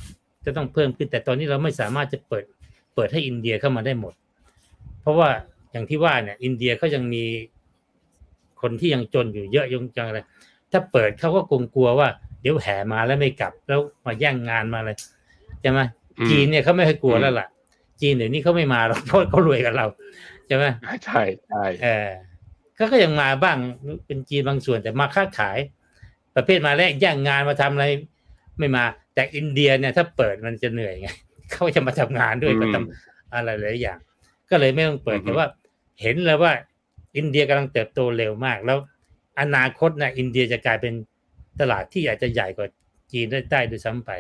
จะต้องเพิ่มขึ้นแต่ตอนนี้เราไม่สามารถจะเปิดให้อินเดียเข้ามาได้หมดเพราะว่าอย่างที่ว่าเนี่ยอินเดียเขายังมีคนที่ยังจนอยู่เยอะยังอะไรถ้าเปิดเขาก็กลัวว่าเดี๋ยวแห่มาแล้วไม่กลับแล้วมาแย่งงานมาเลยใช่ไหมจีนเนี่ยเขาไม่เคยกลัวแล้วล่ะจีนเดี๋ยวนี้เขาไม่มาหรอกเพราะเขารวยกับเราใช่ไหมใช่ใช่ก็ยังมาบ้างเป็นจีนบางส่วนแต่มาค้าขายประเภทมาแลกแย่งงานมาทำอะไรไม่มาแต่อินเดียเนี่ยถ้าเปิดมันจะเหนื่อยไงเขาจะมาทำงานด้วยมาทำอะไรหลายอย่างก็เลยไม่ต้องเปิดแต่ว่าเห็นเลยว่าอินเดียกำลังเติบโตเร็วมากแล้วอนาคตนะอินเดียจะกลายเป็นตลาดที่อาจจะใหญ่กว่าจีนได้ด้วยซ้ำไป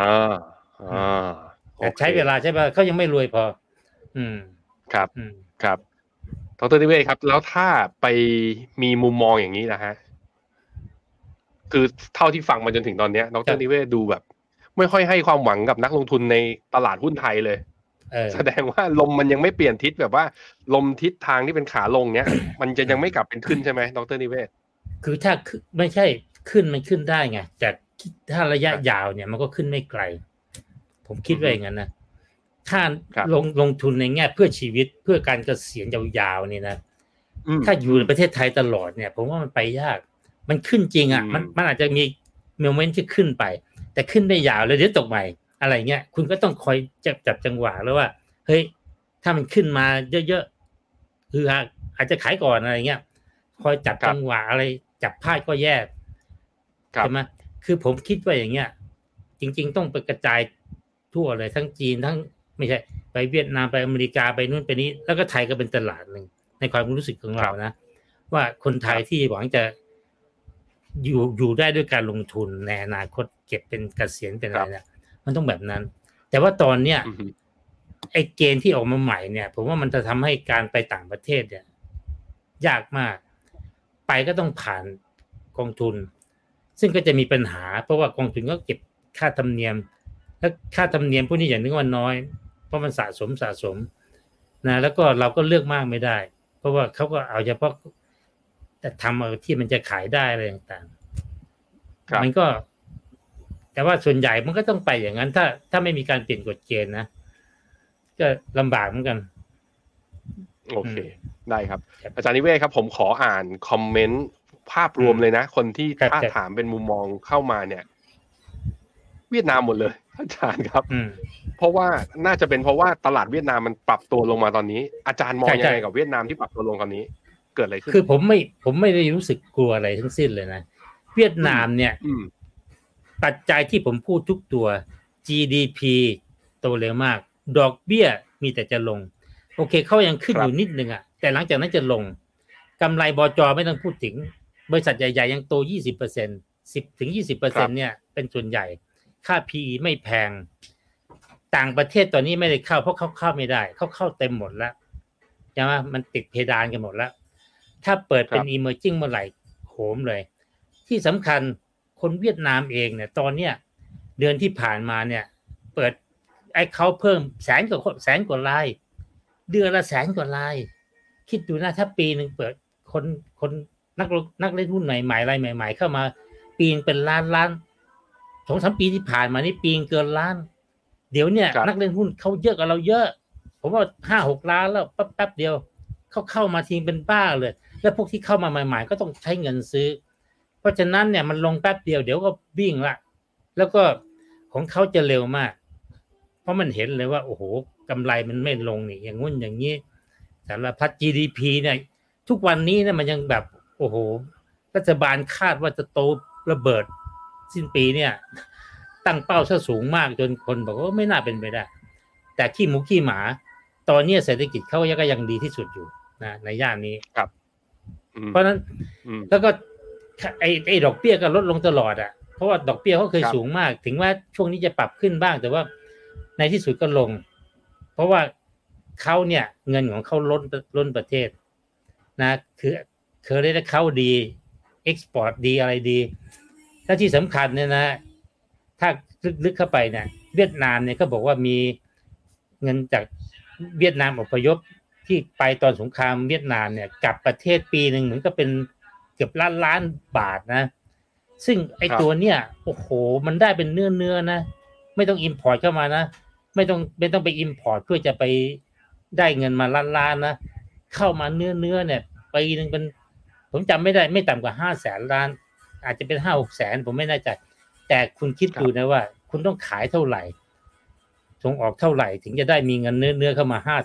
แต่ใช้เวลาใช่ป่ะเขายังไม่รวยพอครับครับดร.นิเวศครับแล้วถ้าไปมีมุมมองอย่างนี้นะฮะคือเท่าที่ฟังมาจนถึงตอนนี้ดร.นิเวศดูแบบไม่ค่อยให้ความหวังกับนักลงทุนในตลาดหุ้นไทยเลยแสดงว่าลมมันยังไม่เปลี่ยนทิศแบบว่าลมทิศทางที่เป็นขาลงเนี้ยมันจะยังไม่กลับเป็นขึ้นใช่ไหมดร.นิเวศคือถ้าไม่ใช่ขึ้นมันขึ้นได้ไงแต่ถ้าระยะยาวเนี่ยมันก็ขึ้นไม่ไกลผมคิดว่าอย่างนั้นนะถ้าลงทุนในแง่เพื่อชีวิตเพื่อการเกษียณยาวๆนี่นะถ้าอยู่ในประเทศไทยตลอดเนี่ยผมว่ามันไปยากมันขึ้นจริงอ่ะมันอาจจะมีโมเมนต์ที่ขึ้นไปแต่ขึ้นไม่ยาวเลยเดี๋ยวตกใหม่อะไรเงี้ยคุณก็ต้องคอยจับจังหวะแล้วว่าเฮ้ยถ้ามันขึ้นมาเยอะๆคืออาจจะขายก่อนอะไรเงี้ยคอยจับจังหวะอะไรจับพลาดก็แย่ใช่ไหมคือผมคิดว่าอย่างเงี้ยจริงๆต้องไปกระจายทั่วเลยทั้งจีนทั้งไม่ใช่ไปเวียดนามไปอเมริกาไปนู่นไปนี้แล้วก็ไทยก็เป็นตลาดนึงในความรู้สึกของเรานะว่าคนไทยที่หวังจะอยู่ได้ด้วยการลงทุนในอนาคตเก็บเป็นเกษียณเป็นอะไรเนี่ยมันต้องแบบนั้นแต่ว่าตอนเนี้ยไอ้เกณฑ์ที่ออกมาใหม่เนี่ยผมว่ามันจะทำให้การไปต่างประเทศเนี่ยยากมากไปก็ต้องผ่านกองทุนซึ่งก็จะมีปัญหาเพราะว่ากองทุนก็เก็บค่าธรรมเนียมและค่าธรรมเนียมพวกนี้อย่างนึงว่าน้อยเพราะมันสะสมนะแล้วก็เราก็เลือกมากไม่ได้เพราะว่าเขาก็เอาเฉพาะแต่ทำเอาที่มันจะขายได้อะไรต่างๆมันก็แต่ว่าส่วนใหญ่มันก็ต้องไปอย่างนั้นถ้าไม่มีการเปลี่ยนกฎเกณฑ์นะก็ลำบากเหมือนกันโอเคได้ครับอาจารย์นิเวศครับผมขออ่านคอมเมนต์ภาพรวมเลยนะคนที่ถ้าถามเป็นมุมมองเข้ามาเนี่ยเวียดนามหมดเลยอาจารย์ครับเพราะว่าน่าจะเป็นเพราะว่าตลาดเวียดนามมันปรับตัวลงมาตอนนี้อาจารย์มองยังไงกับเวียดนามที่ปรับตัวลงตอนนี้เกิดอะไรขึ้นคือผมไม่ได้รู้สึกกลัวอะไรทั้งสิ้นเลยนะเวียดนามเนี่ยปัจจัยที่ผมพูดทุกตัว GDP โตเร็วมากดอกเบี้ยมีแต่จะลงโอเคเขายังขึ้นอยู่นิดนึงอ่ะแต่หลังจากนั้นจะลงกำไรบจ.ไม่ต้องพูดถึงบริษัทใหญ่ๆยังโต 20% 10 ถึง 20% เนี่ยเป็นส่วนใหญ่ค่า PE ไม่แพงต่างประเทศตอนนี้ไม่ได้เข้าเพราะเขาเข้าไม่ได้เขาเข้าเต็มหมดแล้วใช่ไหมมันติดเพดานกันหมดแล้วถ้าเปิดเป็น emerging เมื่อไหร่โหมเลยที่สำคัญคนเวียดนามเองเนี่ยตอนเนี้ยเดือนที่ผ่านมาเนี่ยเปิดไอ้เขาเพิ่มแสนกว่ารายเดือนละ100,000 กว่ารายคิดดูนะถ้าปีนึงเปิดคนนักเล่นหุ้นใหม่ๆรายใหม่ๆเข้ามาปีนึงเป็นล้าน 2-3 ปีที่ผ่านมานี่ปีเกินล้านเดี๋ยวเนี่ยนักเล่นหุ้นเขาเยอะกว่าเราเยอะผมว่า 5-6 ล้านแล้วแป๊บเดียวเขาเข้ามาทีเป็นบ้าเลยแล้วพวกที่เข้ามาใหม่ๆก็ต้องใช้เงินซื้อเพราะฉะนั้นเนี่ยมันลงแป๊บเดียวเดี๋ยวก็วิ่งละแล้วก็ของเขาจะเร็วมากเพราะมันเห็นเลยว่าโอ้โหกำไรมันไม่ลงนี่อย่างงู้นอย่างนี้สารพัด GDP เนี่ยทุกวันนี้เนี่ยมันยังแบบโอ้โหรัฐบาลคาดว่าจะโตระเบิดสิ้นปีเนี่ยตั้งเป้าซะสูงมากจนคนบอกว่าไม่น่าเป็นไปได้แต่ขี้หมูขี้หมาตอนนี้เศรษฐกิจเขาก็ยังดีที่สุดอยู่นะในย่านนี้ครับเพราะนั้นแล้วก็ไอ้ดอกเบี้ยก็ลดลงตลอดอ่ะเพราะว่าดอกเบี้ยเขาเคยสูงมากถึงว่าช่วงนี้จะปรับขึ้นบ้างแต่ว่าในที่สุดก็ลงเพราะว่าเขาเนี่ยเงินของเขาล้นประเทศนะคือได้เขาดีเอ็กซ์พอร์ตดีอะไรดีและที่สำคัญเนี่ยนะถ้าลึกเข้าไปเนี่ยเวียดนามเนี่ยก็บอกว่ามีเงินจากเวียดนามอพยพที่ไปตอนสงครามเวียดนามเนี่ยกลับประเทศปีนึงเหมือนก็เป็นเกือบล้านบาทนะซึ่งไอ้ตัวเนี่ยโอ้โหมันได้เป็นเนื้อนะไม่ต้อง import เข้ามานะไม่ต้องไป import เพื่อจะไปได้เงินมาล้านๆนะเข้ามาเนื้อเนี่ยปีนึงเป็นผมจำไม่ได้ไม่ต่ำกว่า500,000 ล้านอาจจะเป็น 5-6 แสนผมไม่แน่ใจแต่คุณคิดดูนะว่าคุณต้องขายเท่าไหร่ส่งออกเท่าไหร่ถึงจะได้มีเงินเนื้อเข้ามา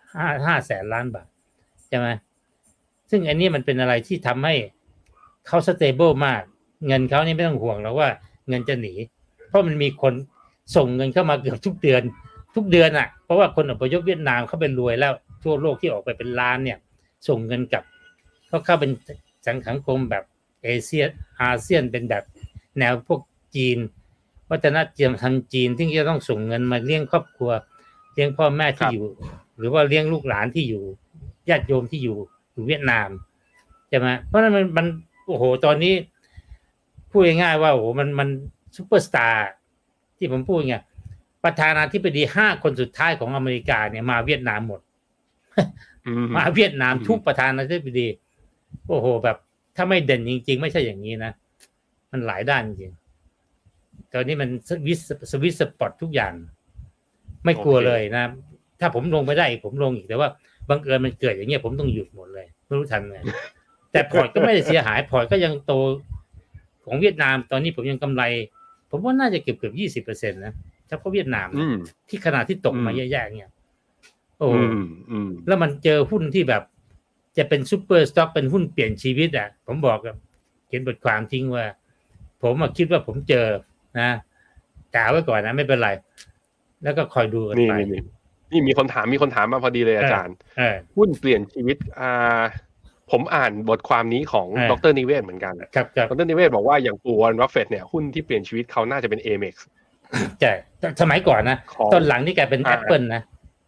500,000 ล้านบาทใช่ไหมซึ่งอันนี้มันเป็นอะไรที่ทำให้เขาสเตเบิลมากเงินเขานี่ไม่ต้องห่วงแล้วว่าเงินจะหนีเพราะมันมีคนส่งเงินเข้ามาเกือบทุกเดือนอ่ะเพราะว่าคนอพยพเวียดนามเขาเป็นรวยแล้วทั่วโลกที่ออกไปเป็นล้านเนี่ยส่งเงินกับเขาเข้าเป็นสังคมแบบอาเซียนเป็นแบบแนวพวกจีนวัฒนธรรมทางจีนที่จะต้องส่งเงินมาเลี้ยงครอบครัวเลี้ยงพ่อแม่ที่อยู่หรือว่าเลี้ยงลูกหลานที่อยู่ญาติโยมที่อยู่เวียดนามใช่ไหมเพราะฉะนั้นมันโอ้โหตอนนี้พูดง่ายๆว่าโอ้โหมันซุปเปอร์สตาร์ที่ผมพูดไงประธานาธิบดี5 คนสุดท้ายของอเมริกาเนี่ยมาเวียดนามหมดมาเวียดนามทุกประธานาธิบดีโอ้โหแบบถ้าไม่เด่นจริงๆไม่ใช่อย่างนี้นะมันหลายด้านจริงตอนนี้มันสวิตสปอร์ตทุกอย่างไม่กลัวเลยนะถ้าผมลงไปได้ผมลงอีกแต่ว่าบังเอิญมันเกิดอย่างเงี้ยผมต้องหยุดหมดเลยไม่รู้ทันไงแต่พอร์ตก็ไม่ได้เสียหายพอร์ตก็ยังโตของเวียดนามตอนนี้ผมยังกำไรผมว่าน่าจะเกือบ 20% นะเฉพาะเวียดนามที่ขนาดที่ตกมาแย่ๆเนี่ยโอ้แล้วมันเจอหุ้นที่แบบจะเป็นซุปเปอร์สต็อกเป็นหุ้นเปลี่ยนชีวิตอ่ะผมบอกกับเขียนบทความทิ้งว่าผมคิดว่าผมเจอนะกล่าวไว้ก่อนนะไม่เป็นไรแล้วก็คอยดูกันไปนี่มีคนถามมาพอดีเลยอาจารย์หุ้นเปลี่ยนชีวิตผมอ่านบทความนี้ของดร.นิเวศน์เหมือนกันดร.นิเวศน์บอกว่าอย่างวอร์เรน บัฟเฟตต์เนี่ยหุ้นที่เปลี่ยนชีวิตเขาน่าจะเป็น Amex ใช่สมัยก่อนนะตอนหลังนี่กลายเป็น Apple นะ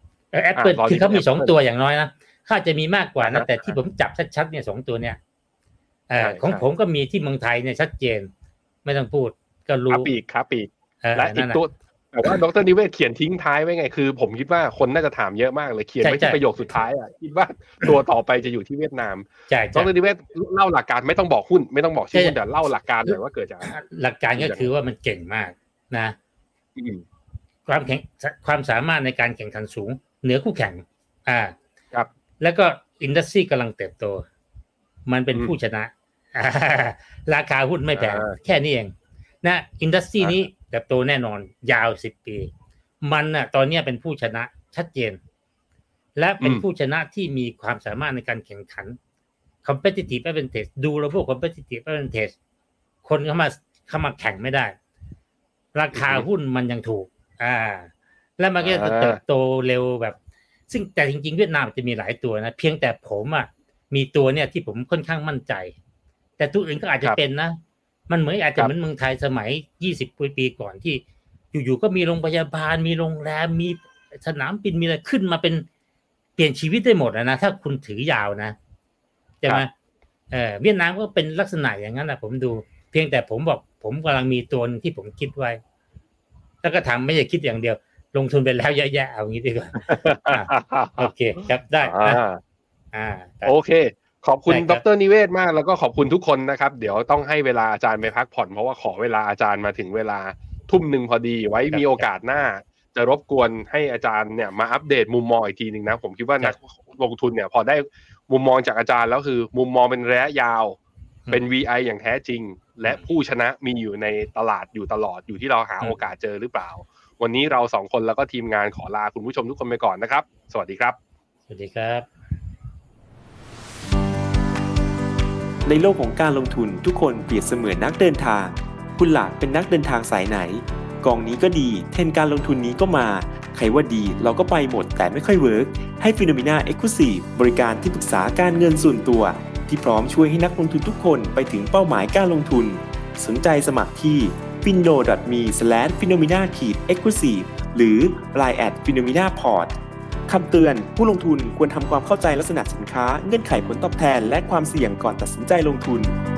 Apple คือเขามี2ตัวอย่างน้อยนะค่าจะมีมากกว่านะแต่ที่ผมจับชัดๆเนี่ย2ตัวเนี่ยของผมก็มีที่เมืองไทยเนี่ยชัดเจนไม่ต้องพูดก็รู้ครับปีกและอีกตัวแต่ว่าดร.นิเวศน์เขียนทิ้งท้ายไว้ไงคือผมคิดว่าคนน่าจะถามเยอะมากเลยเขียนไว้ที่ประโยคสุดท้ายอ่ะคิดว่าตัวต่อไปจะอยู่ที่เวียดนามดร.นิเวศน์เล่าหลักการไม่ต้องบอกหุ้นไม่ต้องบอกชื่อหุ้นแต่เล่าหลักการหน่อยว่าเกิดจากหลักการก็คือว่ามันเก่งมากนะความสามารถในการแข่งขันสูงเหนือคู่แข่งครับแล้วก็อินดัสทรีกำลังเติบโตมันเป็นผู้ชนะราคาหุ้นไม่แพงแค่นี้เองนะอินดัสทรีนี้เติบโตแน่นอนยาว10 ปีมันน่ะตอนนี้เป็นผู้ชนะชัดเจนและเป็นผู้ชนะที่มีความสามารถในการแข่งขัน competitive advantage durable competitive advantage คนเข้ามาแข่งไม่ได้ราคาหุ้นมันยังถูกแล้วมันก็จะเติบโตเร็วแบบซึ่งแต่จริงๆเวียดนามจะมีหลายตัวนะเพียงแต่ผมมีตัวเนี่ยที่ผมค่อนข้างมั่นใจแต่ตัวอื่นก็อาจจะเป็นนะมันอาจจะเหมือนเมืองไทยสมัย20 ปีก่อนที่อยู่ๆก็มีโรงพยาบาลมีโรงแรมมีสนามบินมีอะไรขึ้นมาเป็นเปลี่ยนชีวิตได้หมดนะถ้าคุณถือยาวนะใช่ไหมเวียดนามก็เป็นลักษณะอย่างนั้นแหละผมดูเพียงแต่ผมบอกผมกำลังมีตัวที่ผมคิดไว้แล้วก็ทำไม่ใช่คิดอย่างเดียวลงทุนไปแล้วเยอะแยะเอางี้ดีกว่าโอเคครับได้โอเคขอบคุณดร.นิเวศน์มากแล้วก็ขอบคุณทุกคนนะครับเดี๋ยวต้องให้เวลาอาจารย์ไปพักผ่อนเพราะว่าขอเวลาอาจารย์มาถึงเวลา 19:00 นพอดีไว้มีโอกาสหน้าจะรบกวนให้อาจารย์เนี่ยมาอัปเดตมุมมองอีกทีนึงนะผมคิดว่านักลงทุนเนี่ยพอได้มุมมองจากอาจารย์แล้วคือมุมมองเป็นระยะยาวเป็น VI อย่างแท้จริงและผู้ชนะมีอยู่ในตลาดอยู่ตลอดอยู่ที่เราหาโอกาสเจอหรือเปล่าวันนี้เรา2คนแล้วก็ทีมงานขอลาคุณผู้ชมทุกคนไปก่อนนะครับสวัสดีครับสวัสดีครับในโลกของการลงทุนทุกคนเปรียบเสมือนนักเดินทางคุณหลักเป็นนักเดินทางสายไหนกองนี้ก็ดีเทรนด์การลงทุนนี้ก็มาใครว่าดีเราก็ไปหมดแต่ไม่ค่อยเวิร์กให้ Phenomena Exclusive บริการที่ปรึกษาการเงินส่วนตัวที่พร้อมช่วยให้นักลงทุนทุกคนไปถึงเป้าหมายการลงทุนสนใจสมัครที่ fino.me/phenomena-exclusive หรือ line@phenomenaport คำเตือนผู้ลงทุนควรทำความเข้าใจลักษณะสินค้าเงื่อนไขผลตอบแทนและความเสี่ยงก่อนตัดสินใจลงทุน